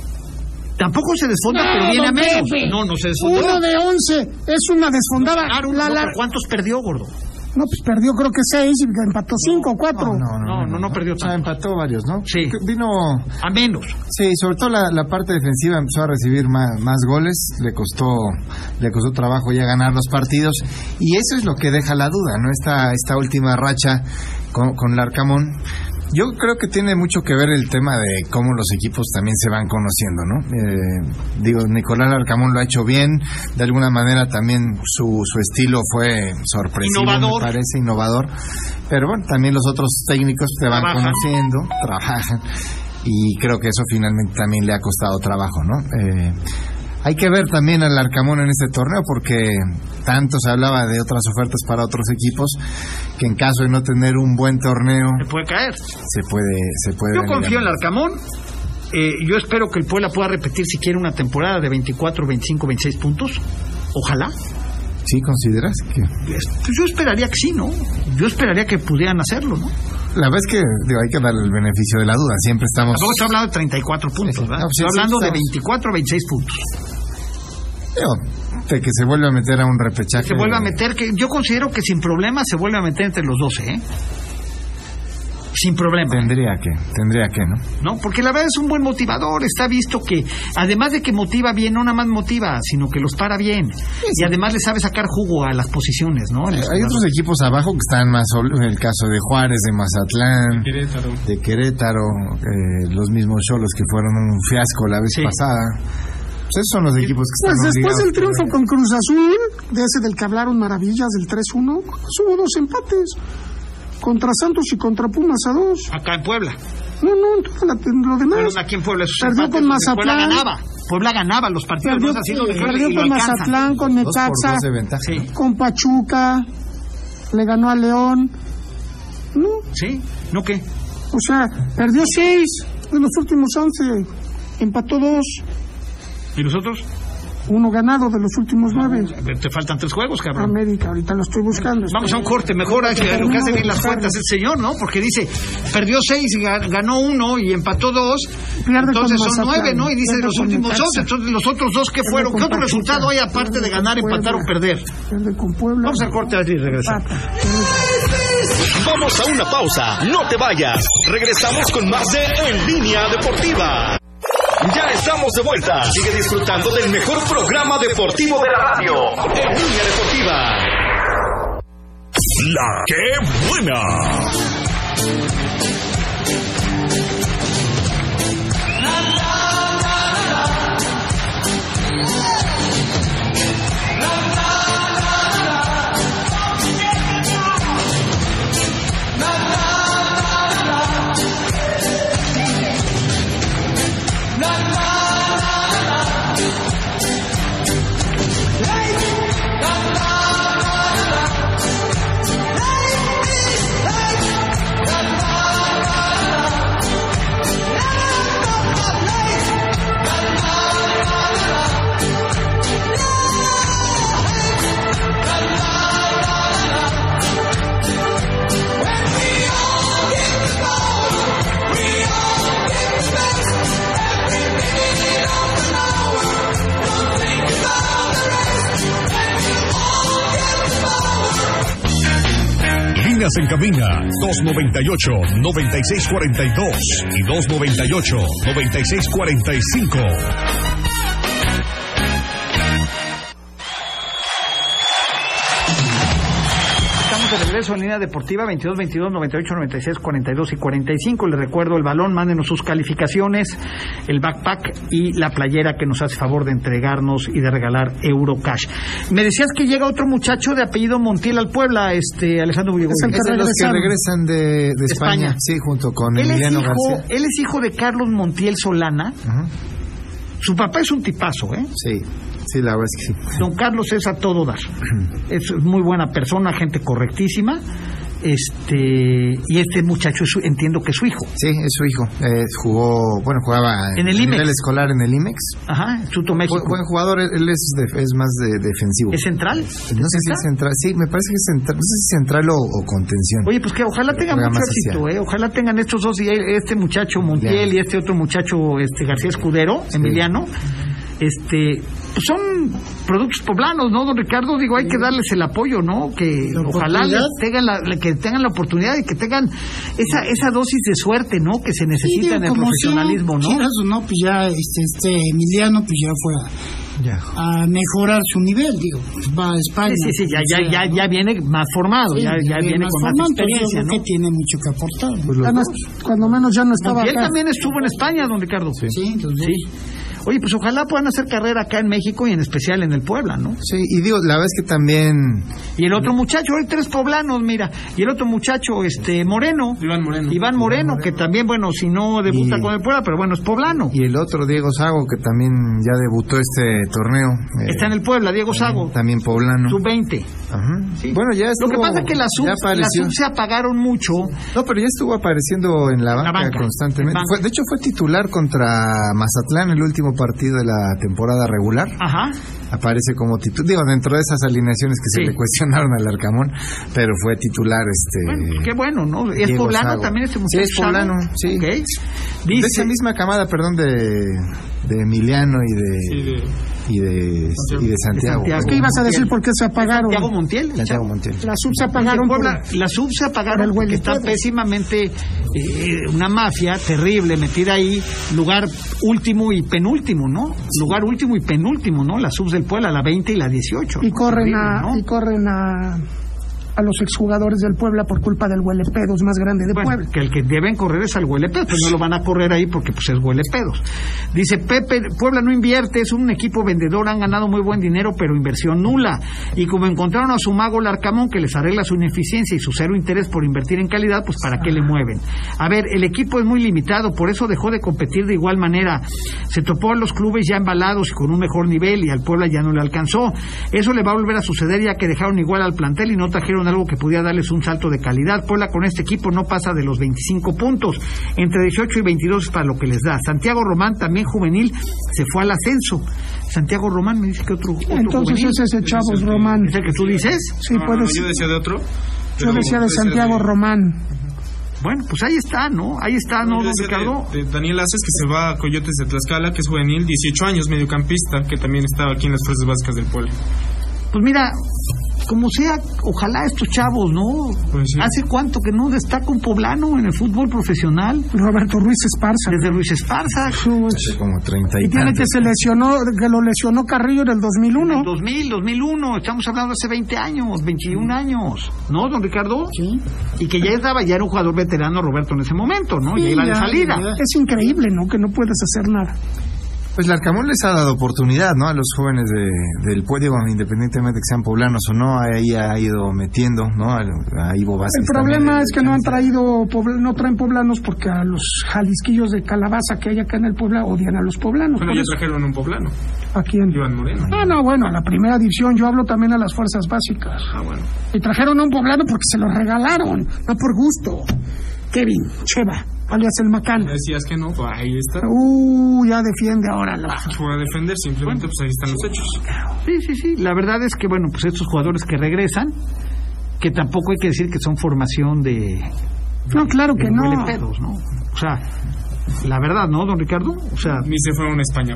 Tampoco se desfonda, pero viene a menos. No se desfonda. 1 de 11 es una desfondada. ¿Cuántos perdió, gordo? No, pues perdió creo que 6 y empató 5 o 4. No perdió tanto. Empató varios, ¿no? Sí. Vino a menos. Sí, sobre todo la parte defensiva empezó a recibir más goles, le costó trabajo ya ganar los partidos y eso es lo que deja la duda, ¿no? Esta última racha con el Arcamón. Yo creo que tiene mucho que ver el tema de cómo los equipos también se van conociendo, ¿no? Nicolás Arcamón lo ha hecho bien, de alguna manera también su estilo fue sorpresivo, innovador. Me parece innovador, pero bueno, también los otros técnicos se van conociendo, trabajan, y creo que eso finalmente también le ha costado trabajo, ¿no? Hay que ver también al Arcamón en este torneo porque tanto se hablaba de otras ofertas para otros equipos que en caso de no tener un buen torneo se puede caer. Se puede. Yo confío en el Arcamón. Yo espero que el Puebla pueda repetir si quiere una temporada de 24, 25, 26 puntos. Ojalá. ¿Sí consideras que? Pues yo esperaría que sí, ¿no? Yo esperaría que pudieran hacerlo, ¿no? La verdad es que hay que darle el beneficio de la duda. Siempre estamos... Tampoco estoy hablando de 34 puntos, ¿verdad? Estoy hablando de 24 o 26 puntos. De que se vuelve a meter a un repechaje. Se vuelve a meter, que yo considero que sin problema se vuelve a meter entre los 12, Sin problema. Tendría que, ¿no? No, porque la verdad es un buen motivador. Está visto que, además de que motiva bien, no nada más motiva, sino que los para bien. Sí. Y además le sabe sacar jugo a las posiciones, ¿no? Hay otros equipos abajo que están más, el caso de Juárez, de Mazatlán, de Querétaro, los mismos Xolos que fueron un fiasco la vez pasada. Pues esos son los equipos que están después obligados, del triunfo con Cruz Azul, de ese del que hablaron maravillas, del 3-1, hubo 2 empates. Contra Santos y contra Pumas a 2. Acá en Puebla. No, lo demás. Fueron aquí en Puebla. Perdió con Mazatlán. Puebla ganaba los partidos. Perdió con Mazatlán, con Necaxa, con Pachuca, le ganó a León. ¿No? ¿Sí? ¿No qué? O sea, perdió 6 de los últimos 11, empató 2. ¿Y los otros? 1 ganado de los últimos 9. Te faltan 3 juegos, cabrón. América, ahorita lo estoy buscando. Vamos a un corte, mejor lo que hace bien las cuentas el señor, ¿no? Porque dice, perdió 6, ganó 1 y empató 2. Entonces son 9, ¿no? Y dice los últimos 11. Entonces los otros 2, ¿qué fueron? ¿Qué otro resultado hay aparte de ganar, empatar o perder? Vamos al corte, así regresamos. Vamos a una pausa, no te vayas. Regresamos con más de En Línea Deportiva. Ya estamos de vuelta. Sigue disfrutando del mejor programa deportivo de la radio. En Línea Deportiva. La que buena. En cabina 298-9642 y 298-9645. Estamos de regreso en Línea Deportiva 22 22 98 96 42 y 45. Les recuerdo el balón, mándenos sus calificaciones, el backpack y la playera que nos hace favor de entregarnos y de regalar Eurocash. Me decías que llega otro muchacho de apellido Montiel al Puebla, Alessandro Bullegui. Es de los que regresan de España. Sí, junto con Emiliano García. Él es hijo de Carlos Montiel Solana. Su papá es un tipazo, ¿eh? Sí, la verdad es que sí. Don Carlos es a todo dar. Es muy buena persona, gente correctísima. Y este muchacho entiendo que es su hijo. Sí, es su hijo. Jugaba en el nivel escolar en el IMEX. Ajá, Chuto México. Buen jugador, él es más defensivo. ¿Es central? No sé si es central. Sí, me parece que es central. No sé si es central o contención. Oye, pues que ojalá tengan mucho éxito, Ojalá tengan estos dos, y este muchacho Montiel y este otro muchacho García Escudero, Emiliano. Son productos poblanos, ¿no, don Ricardo? Digo, hay que darles el apoyo, ¿no? Que ojalá tengan la oportunidad y que tengan esa dosis de suerte, ¿no? Que se necesita en el profesionalismo, ¿no? Quieras o no, pues ya Emiliano pues ya fue a mejorar su nivel, digo, va a España. Sí, ya viene más formado, ya viene con más experiencia, ¿no? Que tiene mucho que aportar. Pues cuando menos ya no estaba acá. Él también estuvo en España, don Ricardo. Sí. Oye, pues ojalá puedan hacer carrera acá en México y en especial en el Puebla, ¿no? Sí, y digo, la verdad es que también... Y el otro muchacho, hay 3 poblanos, mira, y el otro muchacho, Moreno. Iván Moreno, que también, si no debuta con el Puebla, pero es poblano. Y el otro, Diego Sago, que también ya debutó este torneo. Está en el Puebla, Diego Sago. También poblano. Sub-20. Ajá. Sí. Bueno, ya estuvo... Lo que pasa es que las sub se apagaron mucho. No, pero ya estuvo apareciendo en la banca constantemente. De hecho, fue titular contra Mazatlán el último partido de la temporada regular. Ajá. Aparece como titular, dentro de esas alineaciones que se le cuestionaron al Arcamón, pero fue titular qué bueno, ¿no? ¿Es poblano Sago. También ese muchacho? Sí, es poblano, sí. Okay. De esa misma camada, de Emiliano y de Santiago. ¿Qué ibas a decir por qué se apagaron? Santiago Montiel. Las sub se apagaron. Las sub se apagaron porque está pésimamente una mafia terrible metida ahí, lugar último y penúltimo, ¿no? Lugar último y penúltimo, ¿no? Las subs del Puebla, la 20 y la 18. Y corren terrible, ¿no? a los exjugadores del Puebla por culpa del huelepedos más grande de Puebla. Que el que deben correr es al huelepedos, pero no lo van a correr ahí porque pues es huelepedos. Dice Pepe, Puebla no invierte, es un equipo vendedor, han ganado muy buen dinero, pero inversión nula. Y como encontraron a su mago Larcamón que les arregla su ineficiencia y su cero interés por invertir en calidad, pues ¿para qué le mueven? A ver, el equipo es muy limitado, por eso dejó de competir de igual manera. Se topó a los clubes ya embalados y con un mejor nivel y al Puebla ya no le alcanzó. Eso le va a volver a suceder ya que dejaron igual al plantel y no trajeron algo que pudiera darles un salto de calidad. Puebla con este equipo no pasa de los 25 puntos, entre 18 y 22 es para lo que les da. Santiago Román, también juvenil, se fue al ascenso. Santiago Román me dice que otro entonces juvenil. Es ese Chavos Román. ¿Es el que tú dices? Sí, puede ser. Yo decía de otro. Yo decía de Santiago Román. Bueno, pues ahí está, ¿no? Ahí está, ¿no, don Ricardo? De Daniel Aces, que se va a Coyotes de Tlaxcala, que es juvenil, 18 años, mediocampista, que también estaba aquí en las Fuerzas Básicas del Puebla. Pues mira, como sea, ojalá estos chavos, ¿no? Pues sí. ¿Hace cuánto que no destaca un poblano en el fútbol profesional? Roberto Ruiz Esparza. Desde Ruiz Esparza. Hace como 30 y tiene que lo lesionó Carrillo en el 2001. En el 2001, estamos hablando hace 20 años, 21 años, ¿no, don Ricardo? Sí. Y que ya era un jugador veterano Roberto en ese momento, ¿no? Sí, ya iba de salida. Es increíble, ¿no? Que no puedes hacer nada. Pues Larcamón les ha dado oportunidad, ¿no? A los jóvenes del Puebla, independientemente que sean poblanos o no, ahí ha ido metiendo, ¿no? A Ivo Vázquez. El problema es que no traen poblanos porque a los jalisquillos de calabaza que hay acá en el Puebla odian a los poblanos. Bueno, ya trajeron un poblano. ¿A quién? Iván Moreno. Bueno, a la primera división. Yo hablo también a las fuerzas básicas. Bueno. Y trajeron a un poblano porque se lo regalaron, no por gusto. Kevin Cheva, alias el Macán. Decías que no, pues ahí está. Ya defiende ahora. Fue a defender, simplemente pues ahí están los hechos. Sí. La verdad es que, bueno, pues estos jugadores que regresan, que tampoco hay que decir que son formación de... No, claro que no. Pedos, ¿no? O sea, la verdad, ¿no, don Ricardo? O sea, ni se fueron a España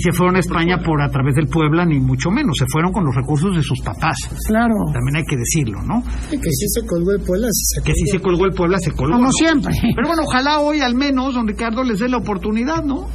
por a través del Puebla, ni mucho menos. Se fueron con los recursos de sus papás. Claro. También hay que decirlo, ¿no? Sí, que sí se colgó el Puebla. Que sí se colgó el Puebla, se colgó. Como ¿no? siempre. Pero bueno, ojalá hoy al menos, don Ricardo, les dé la oportunidad, ¿no?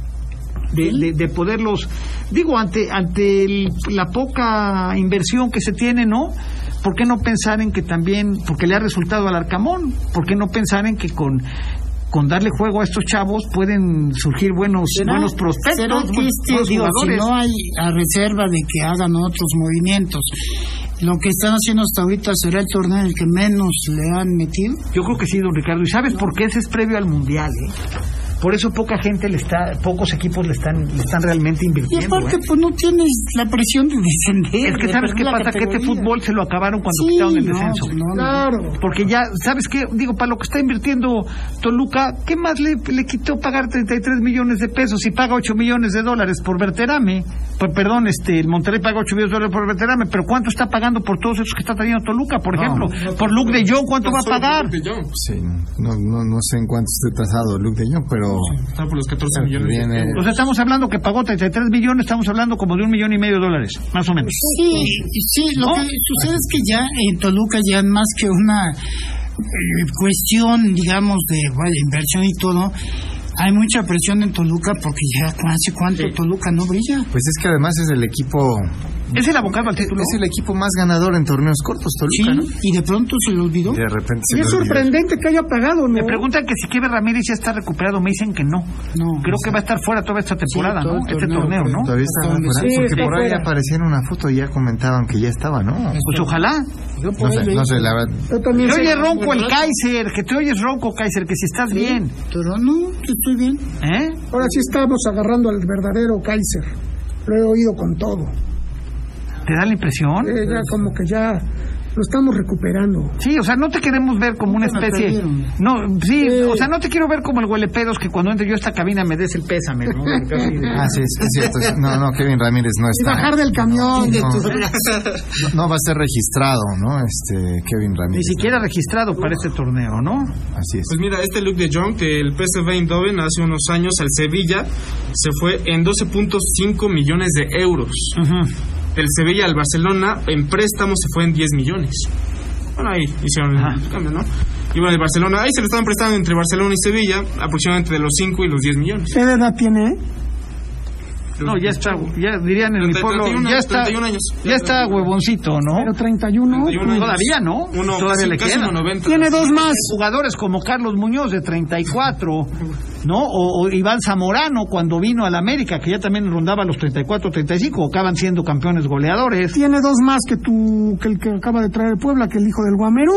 De poderlos, digo, ante la poca inversión que se tiene, ¿no? ¿Por qué no pensar en que también, porque le ha resultado al Arcamón, por qué no pensar en que con darle juego a estos chavos pueden surgir buenos prospectos? ¿Será que si no hay a reserva de que hagan otros movimientos, lo que están haciendo hasta ahorita será el torneo en el que menos le han metido? Yo creo que sí, don Ricardo. ¿Y sabes por qué? Ese es previo al Mundial, Por eso pocos equipos le están realmente invirtiendo. Y aparte, pues no tienes la presión de descender. Es que ¿sabes qué pasa? Que este fútbol se lo acabaron cuando quitaron el descenso. Claro. Porque ya, ¿sabes qué? Digo, para lo que está invirtiendo Toluca, ¿qué más le quitó pagar 33 millones de pesos y paga 8 millones de dólares por Berterame? Perdón, el Monterrey paga 8 millones de dólares por Berterame, pero ¿cuánto está pagando por todos esos que está trayendo Toluca, por ejemplo? Por Luke de Jong, ¿cuánto va a pagar? Sí, no sé en cuánto esté tasado Luke de Jong, pero... Está por los 14 millones. O sea, estamos hablando que pagó 33 millones, estamos hablando como de $1,5 millones, más o menos. Sí, lo que sucede es que ya en Toluca ya más que una cuestión, digamos, de inversión y todo, hay mucha presión en Toluca porque ya hace cuánto Toluca no brilla. Pues es que además es el equipo... Es el abocado al título. Es el equipo más ganador en torneos cortos, Toluca, ¿no? Y de pronto se le olvidó. De repente y es sorprendente que haya pagado, ¿no? Me preguntan que si Kevin Ramírez ya está recuperado, me dicen que no. Creo que va a estar fuera toda esta temporada, ¿no? Este torneo, ¿no? Todavía está fuera, porque por ahí aparecía en una foto y ya comentaban que ya estaba, ¿no? Pues ojalá. No sé, la verdad. Te oye ronco el Kaiser, que te oyes ronco, Kaiser, que si estás bien. Pero no, estoy bien. Ahora sí estamos agarrando al verdadero Kaiser. Lo he oído con todo. ¿Te da la impresión? Ya como que ya lo estamos recuperando. Sí, o sea, no te queremos ver como una especie... No, sí, o sea, no te quiero ver como el huelepedos que cuando entre yo a esta cabina me des el pésame, ¿no? Sí, es cierto. No, Kevin Ramírez no está. Y bajar del camión. No va a ser registrado, ¿no? Kevin Ramírez. Ni siquiera registrado para este torneo, ¿no? Así es. Pues mira, Luke de Jong, del PSV Eindhoven, hace unos años al Sevilla, se fue en 12.5 millones de euros. El Sevilla al Barcelona en préstamo se fue en 10 millones. Bueno, ahí hicieron el cambio, ¿no? Y bueno, el Barcelona, ahí se lo estaban prestando entre Barcelona y Sevilla, aproximadamente de los 5 y los 10 millones. ¿Qué edad tiene? No, ya está, ya dirían en mi pueblo, ya está, 31 años. ya está huevoncito, ¿no? Pero 31. Todavía, ¿no? Todavía le queda. 90. Tiene 2 más. Jugadores como Carlos Muñoz de 34, ¿no? O Iván Zamorano cuando vino al América, que ya también rondaba los 34, 35, acaban siendo campeones goleadores. Tiene 2 más que el que acaba de traer el Puebla, que el hijo del Guamerú.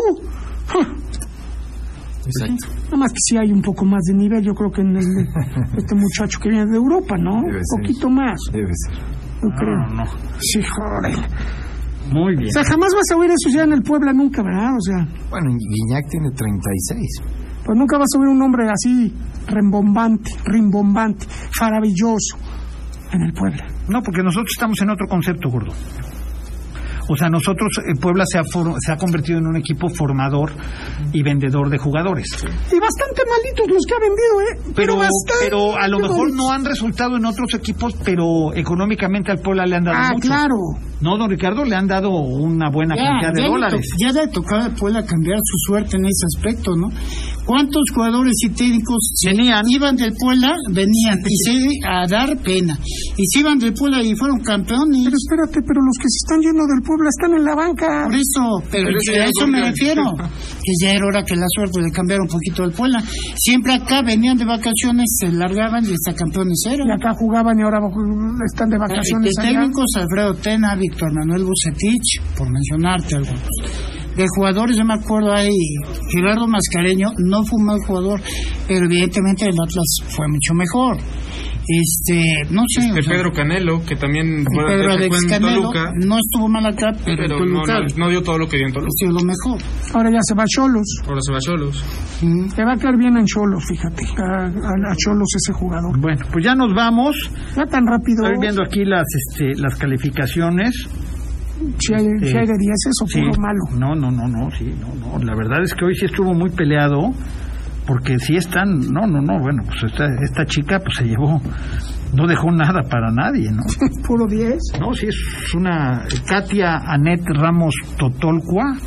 Exacto. Nada más que sí hay un poco más de nivel, yo creo que en este muchacho que viene de Europa, ¿no? Debe Un ser. poquito más, Debe ser. yo creo. No. Sí, joder. Muy bien. O sea, jamás vas a oír eso ya en el Puebla, nunca, ¿verdad? O sea, Bueno, Guiñac tiene 36. pues nunca vas a oír un hombre así rimbombante, maravilloso en el Puebla. No, porque nosotros estamos en otro concepto, gordo. O sea, nosotros, Puebla se ha convertido en un equipo formador y vendedor de jugadores. Y bastante malitos los que ha vendido, ¿eh? Pero a lo mejor no han resultado en otros equipos, pero económicamente al Puebla le han dado mucho. Claro. No, don Ricardo, le han dado una buena cantidad de dólares. Ya le tocaba al Puebla cambiar su suerte en ese aspecto, ¿no? ¿Cuántos jugadores y técnicos iban del Puebla, venían y se a dar pena? Y se iban del Puebla y fueron campeones. Pero espérate, pero los que se están yendo del Puebla están en la banca. Por eso, pero a eso me refiero. Que ya era hora que la suerte le cambiara un poquito al Puebla. Siempre acá venían de vacaciones, se largaban y hasta campeones eran. Y acá jugaban y ahora están de vacaciones De allá. técnicos, Alfredo Tena, Víctor Manuel Bucetich, por mencionarte algunos. De jugadores, yo me acuerdo ahí, Gerardo Mascareño, no fue un mal jugador, pero evidentemente el Atlas fue mucho mejor. No sé. Pedro Canelo, que también fue Pedro Alex en Canelo, Toluca, no estuvo mal acá, pero no dio todo lo que dio en Toluca. sí, lo mejor. Ahora ya se va a Xolos. Ahora se va a Xolos. Te va a caer bien en Xolos, fíjate. A Xolos ese jugador. Bueno, pues ya nos vamos. Ya tan rápido. Estoy viendo aquí las calificaciones. Si hay de 10 o Sí. puro malo. No. La verdad es que hoy sí estuvo muy peleado, porque sí están, bueno, pues esta chica pues se llevó, no dejó nada para nadie, ¿no? Puro 10. No, sí, es una Katia Anet Ramos Totolcua,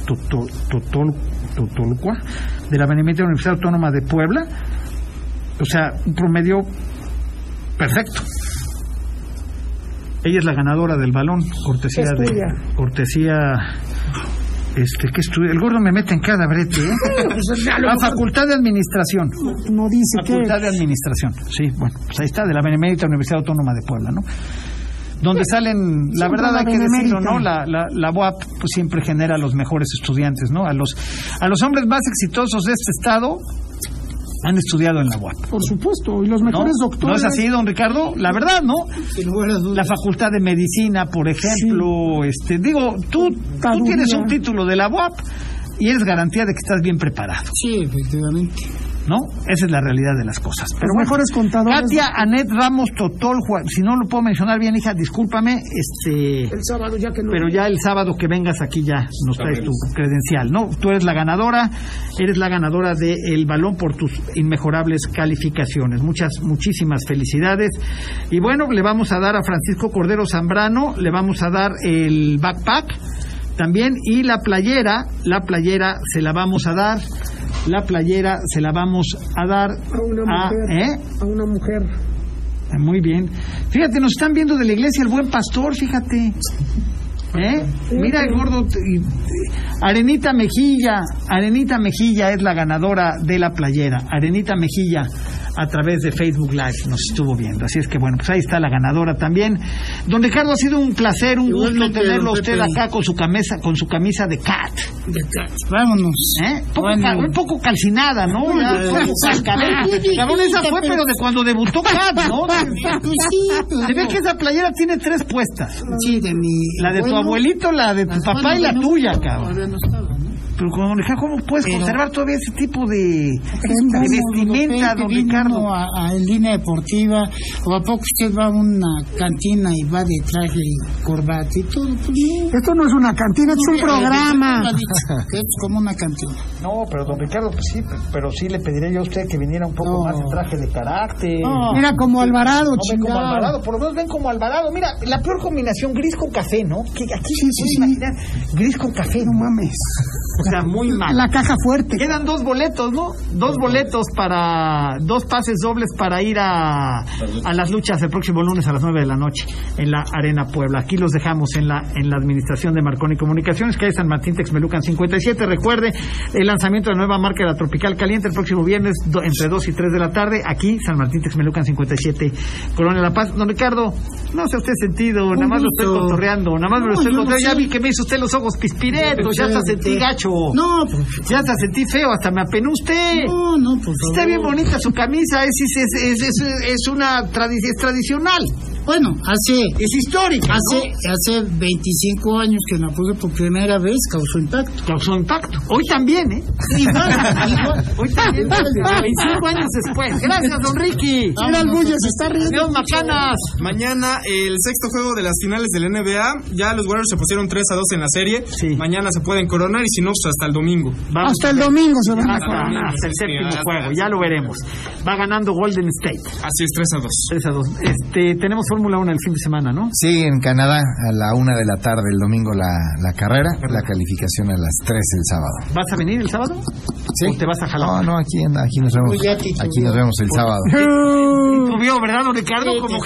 de la Benemérita Universidad Autónoma de Puebla. O sea, un promedio perfecto. Ella es la ganadora del balón, cortesía ¿qué estudia? El gordo me mete en cada brete, ¿eh? La Facultad de Administración. No dice Facultad de Administración. Sí, bueno, pues ahí está, de la Benemérita Universidad Autónoma de Puebla, ¿no? Donde salen, la verdad hay que decirlo, ¿no? La UAP pues siempre genera a los mejores estudiantes, ¿no? A los hombres más exitosos de este estado han estudiado en la UAP. Por supuesto, y los mejores doctores. ¿No es así, don Ricardo? La verdad, ¿no? La Facultad de Medicina, por ejemplo, tú tienes un título de la UAP y eres garantía de que estás bien preparado. Sí, efectivamente. ¿No? Esa es la realidad de las cosas. Pero los mejores contadores. Katia Anet Ramos Totolcua, si no lo puedo mencionar bien, hija, discúlpame, El sábado ya que no. pero ya el sábado que vengas aquí ya nos traes tu credencial, ¿no? Tú eres la ganadora del balón por tus inmejorables calificaciones. Muchísimas felicidades. Y bueno, le vamos a dar a Francisco Cordero Zambrano, le vamos a dar el backpack también, y la playera se la vamos a dar. La playera se la vamos a dar a una mujer. Muy bien. Fíjate, nos están viendo de la iglesia El Buen Pastor, fíjate. Mira el gordo. Arenita Mejilla es la ganadora de la playera. Arenita Mejilla, a través de Facebook Live nos estuvo viendo. Así es que bueno, pues ahí está la ganadora también. Don Ricardo, ha sido un placer, un gusto tenerlo usted acá con su camisa de Cat. Vámonos. Un poco calcinada, ¿no? Cabrón, esa fue, pero de cuando debutó Cat, ¿no? Se ve que esa playera tiene 3 puestas. Sí, la de tu abuelito, la de tu papá y la tuya, cabrón. Pero ¿cómo puedes conservar todavía ese tipo de vestimenta, don Ricardo? En línea deportiva, o a poco usted va a una cantina y va de traje y corbata y todo. Esto no es una cantina, es un programa. Es como una cantina. No, pero don Ricardo, pues sí, pero sí le pediría yo a usted que viniera un poco más de traje de carácter. Mira, como Alvarado, ven como Alvarado, por lo menos ven como Alvarado. Mira, la peor combinación, gris con café, ¿no? Que aquí sí. Imaginar, gris con café. No mames. sea, muy mal. La caja fuerte. Quedan 2 boletos, ¿no? 2 boletos para 2 pases dobles para ir a las luchas el próximo lunes a las 9 de la noche en la Arena Puebla. Aquí los dejamos en la administración de Marconi Comunicaciones, que hay San Martín Texmelucan 57. Recuerde el lanzamiento de la nueva marca de la Tropical Caliente el próximo viernes entre 2 y 3 de la tarde, aquí San Martín Texmelucan 57, Colonia La Paz. Don Ricardo, no se usted sentido, nada más lo estoy cotorreando, nada más me lo estoy cotorreando. Ya vi que me hizo usted los ojos pispiretos, ya hasta sentí gacho. No, ya hasta sentí feo, hasta me apenó usted. No, por favor. Está bien bonita su camisa, es tradicional. Bueno, es histórica, hace 25 años que la puse por primera vez, causó impacto. Hoy también, ¿eh? Igual. Hoy también, 25 años después. Gracias, don Ricky. Mira el Bullo, se está riendo. Dios, Macanas. Mañana el sexto juego de las finales del NBA. Ya los Warriors se pusieron 3-2 en la serie. Sí. Mañana se pueden coronar y si no, pues hasta el domingo. Hasta el domingo se van a coronar. Hasta el séptimo juego, ya lo veremos. Va ganando Golden State. Así es, 3-2. Tenemos Fórmula 1 el fin de semana, ¿no? Sí, en Canadá a la 1 de la tarde el domingo la carrera, la calificación a las 3 el sábado. ¿Vas a venir el sábado? Sí. ¿O te vas a jalar? No, aquí nos vemos. Aquí nos vemos el sábado. ¿Vio, verdad, don Ricardo? Como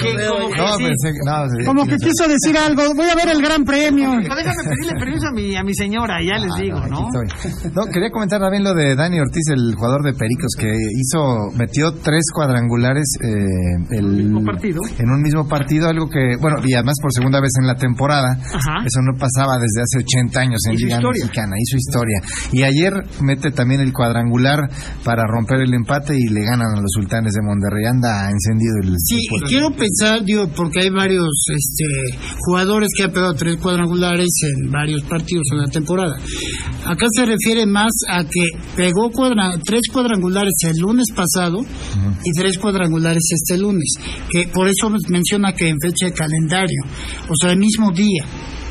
que quiso decir algo. Voy a ver el Gran Premio. Déjame pedirle permiso a mi señora, ya les digo, ¿no? No, quería comentar también lo de Dani Ortiz, el jugador de Pericos, que metió 3 cuadrangulares en un mismo partido, algo que, bueno, y además por segunda vez en la temporada. Ajá. Eso no pasaba desde hace 80 años en Liga Mexicana, hizo historia. Y ayer mete también el cuadrangular para romper el empate y le ganan a los Sultanes de Monterrey. Anda encendido el... Sí, y quiero pensar, porque hay varios jugadores que han pegado 3 cuadrangulares en varios partidos en la temporada. Acá se refiere más a que pegó 3 cuadrangulares el lunes pasado y 3 cuadrangulares este lunes, que por eso menciona que en fecha de calendario, o sea, el mismo día.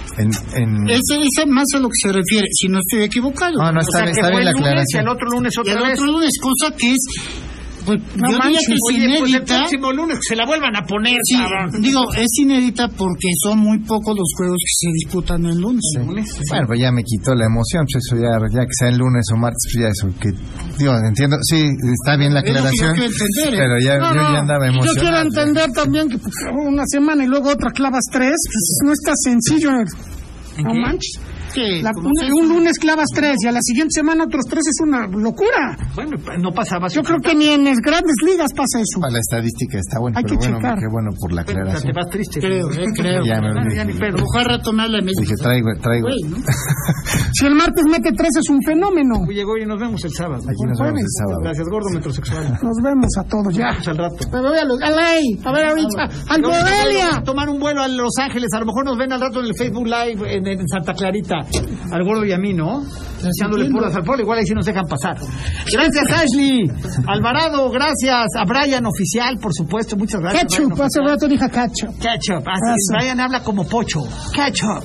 Ese más a lo que se refiere, si no estoy equivocado. No, está bien la aclaración. Y el otro lunes otra vez. Cosa que es... Pues no manches, pues el próximo lunes se la vuelvan a poner. Sí, es inédita porque son muy pocos los juegos que se disputan el lunes. Sí. Bueno, pues ya me quitó la emoción, pues eso ya que sea el lunes o martes, pues ya eso, que entiendo, sí, está bien la aclaración, pero yo ya andaba emocionado. Yo quiero entender también que una semana y luego otra clavas 3, pues no está sencillo. No manches. Un lunes clavas 3 y a la siguiente semana otros 3 es una locura. Bueno, no pasaba. Yo creo que ni en las grandes ligas pasa eso. La estadística está buena, hay pero que bueno, checar. qué bueno por la aclaración. Te vas triste. Creo. Ya ni pedo. Ojalá retomar la misma. Dije, traigo. ¿no? Si el martes mete 3 es un fenómeno. Llegó y nos vemos el sábado. Aquí nos vemos el sábado. Gracias, gordo metrosexual. Nos vemos a todos ya. Al rato. Me voy a ver ahorita. ¡Al Morelia! A tomar un vuelo a Los Ángeles. A lo mejor nos ven al rato en el Facebook Live en Santa Clarita. Al gordo y a mí, ¿no? Echándole porras al pueblo, igual ahí sí nos dejan pasar. Gracias, Ashley. Alvarado, gracias. A Brian Oficial, por supuesto, muchas gracias. Ketchup, hace rato dije ketchup. Ketchup, así. Brian habla como pocho. Ketchup.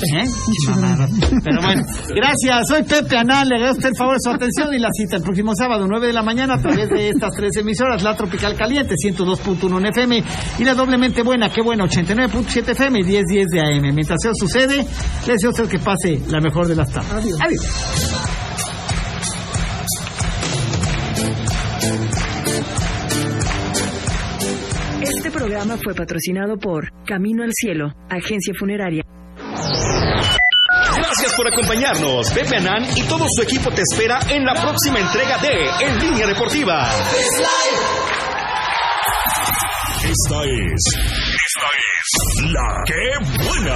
Pero bueno, gracias. Soy Pepe Anán, le agradezco el favor de su atención y la cita el próximo sábado, 9 de la mañana, a través de estas 3 emisoras: la Tropical Caliente, 102.1 en FM, y la doblemente buena, qué buena, 89.7 FM y 1010 de AM. Mientras eso sucede, les deseo a usted que pase la mejor de las tardes. Adiós. Este programa fue patrocinado por Camino al Cielo, agencia funeraria. Gracias por acompañarnos. Pepe Anán y todo su equipo te espera en la próxima entrega de En Línea Deportiva. Esta es La Que Buena.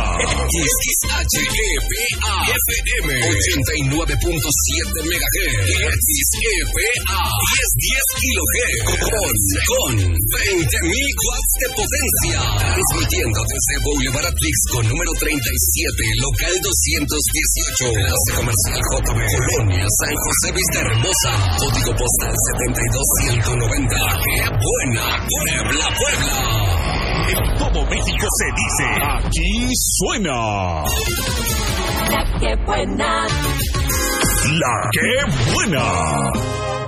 XHEPA FM 89.7 MHz. XHEPA 1010 kHz con 20.000 watts de potencia. Transmitiendo desde Boulevard Atlix con número 37, local 218. Enlace comercial JB. Colonia San José Vista Hermosa. Código postal 72190. ¡Qué buena! Puebla, Puebla. En todo México se dice, aquí suena. La Que Buena. La Que Buena.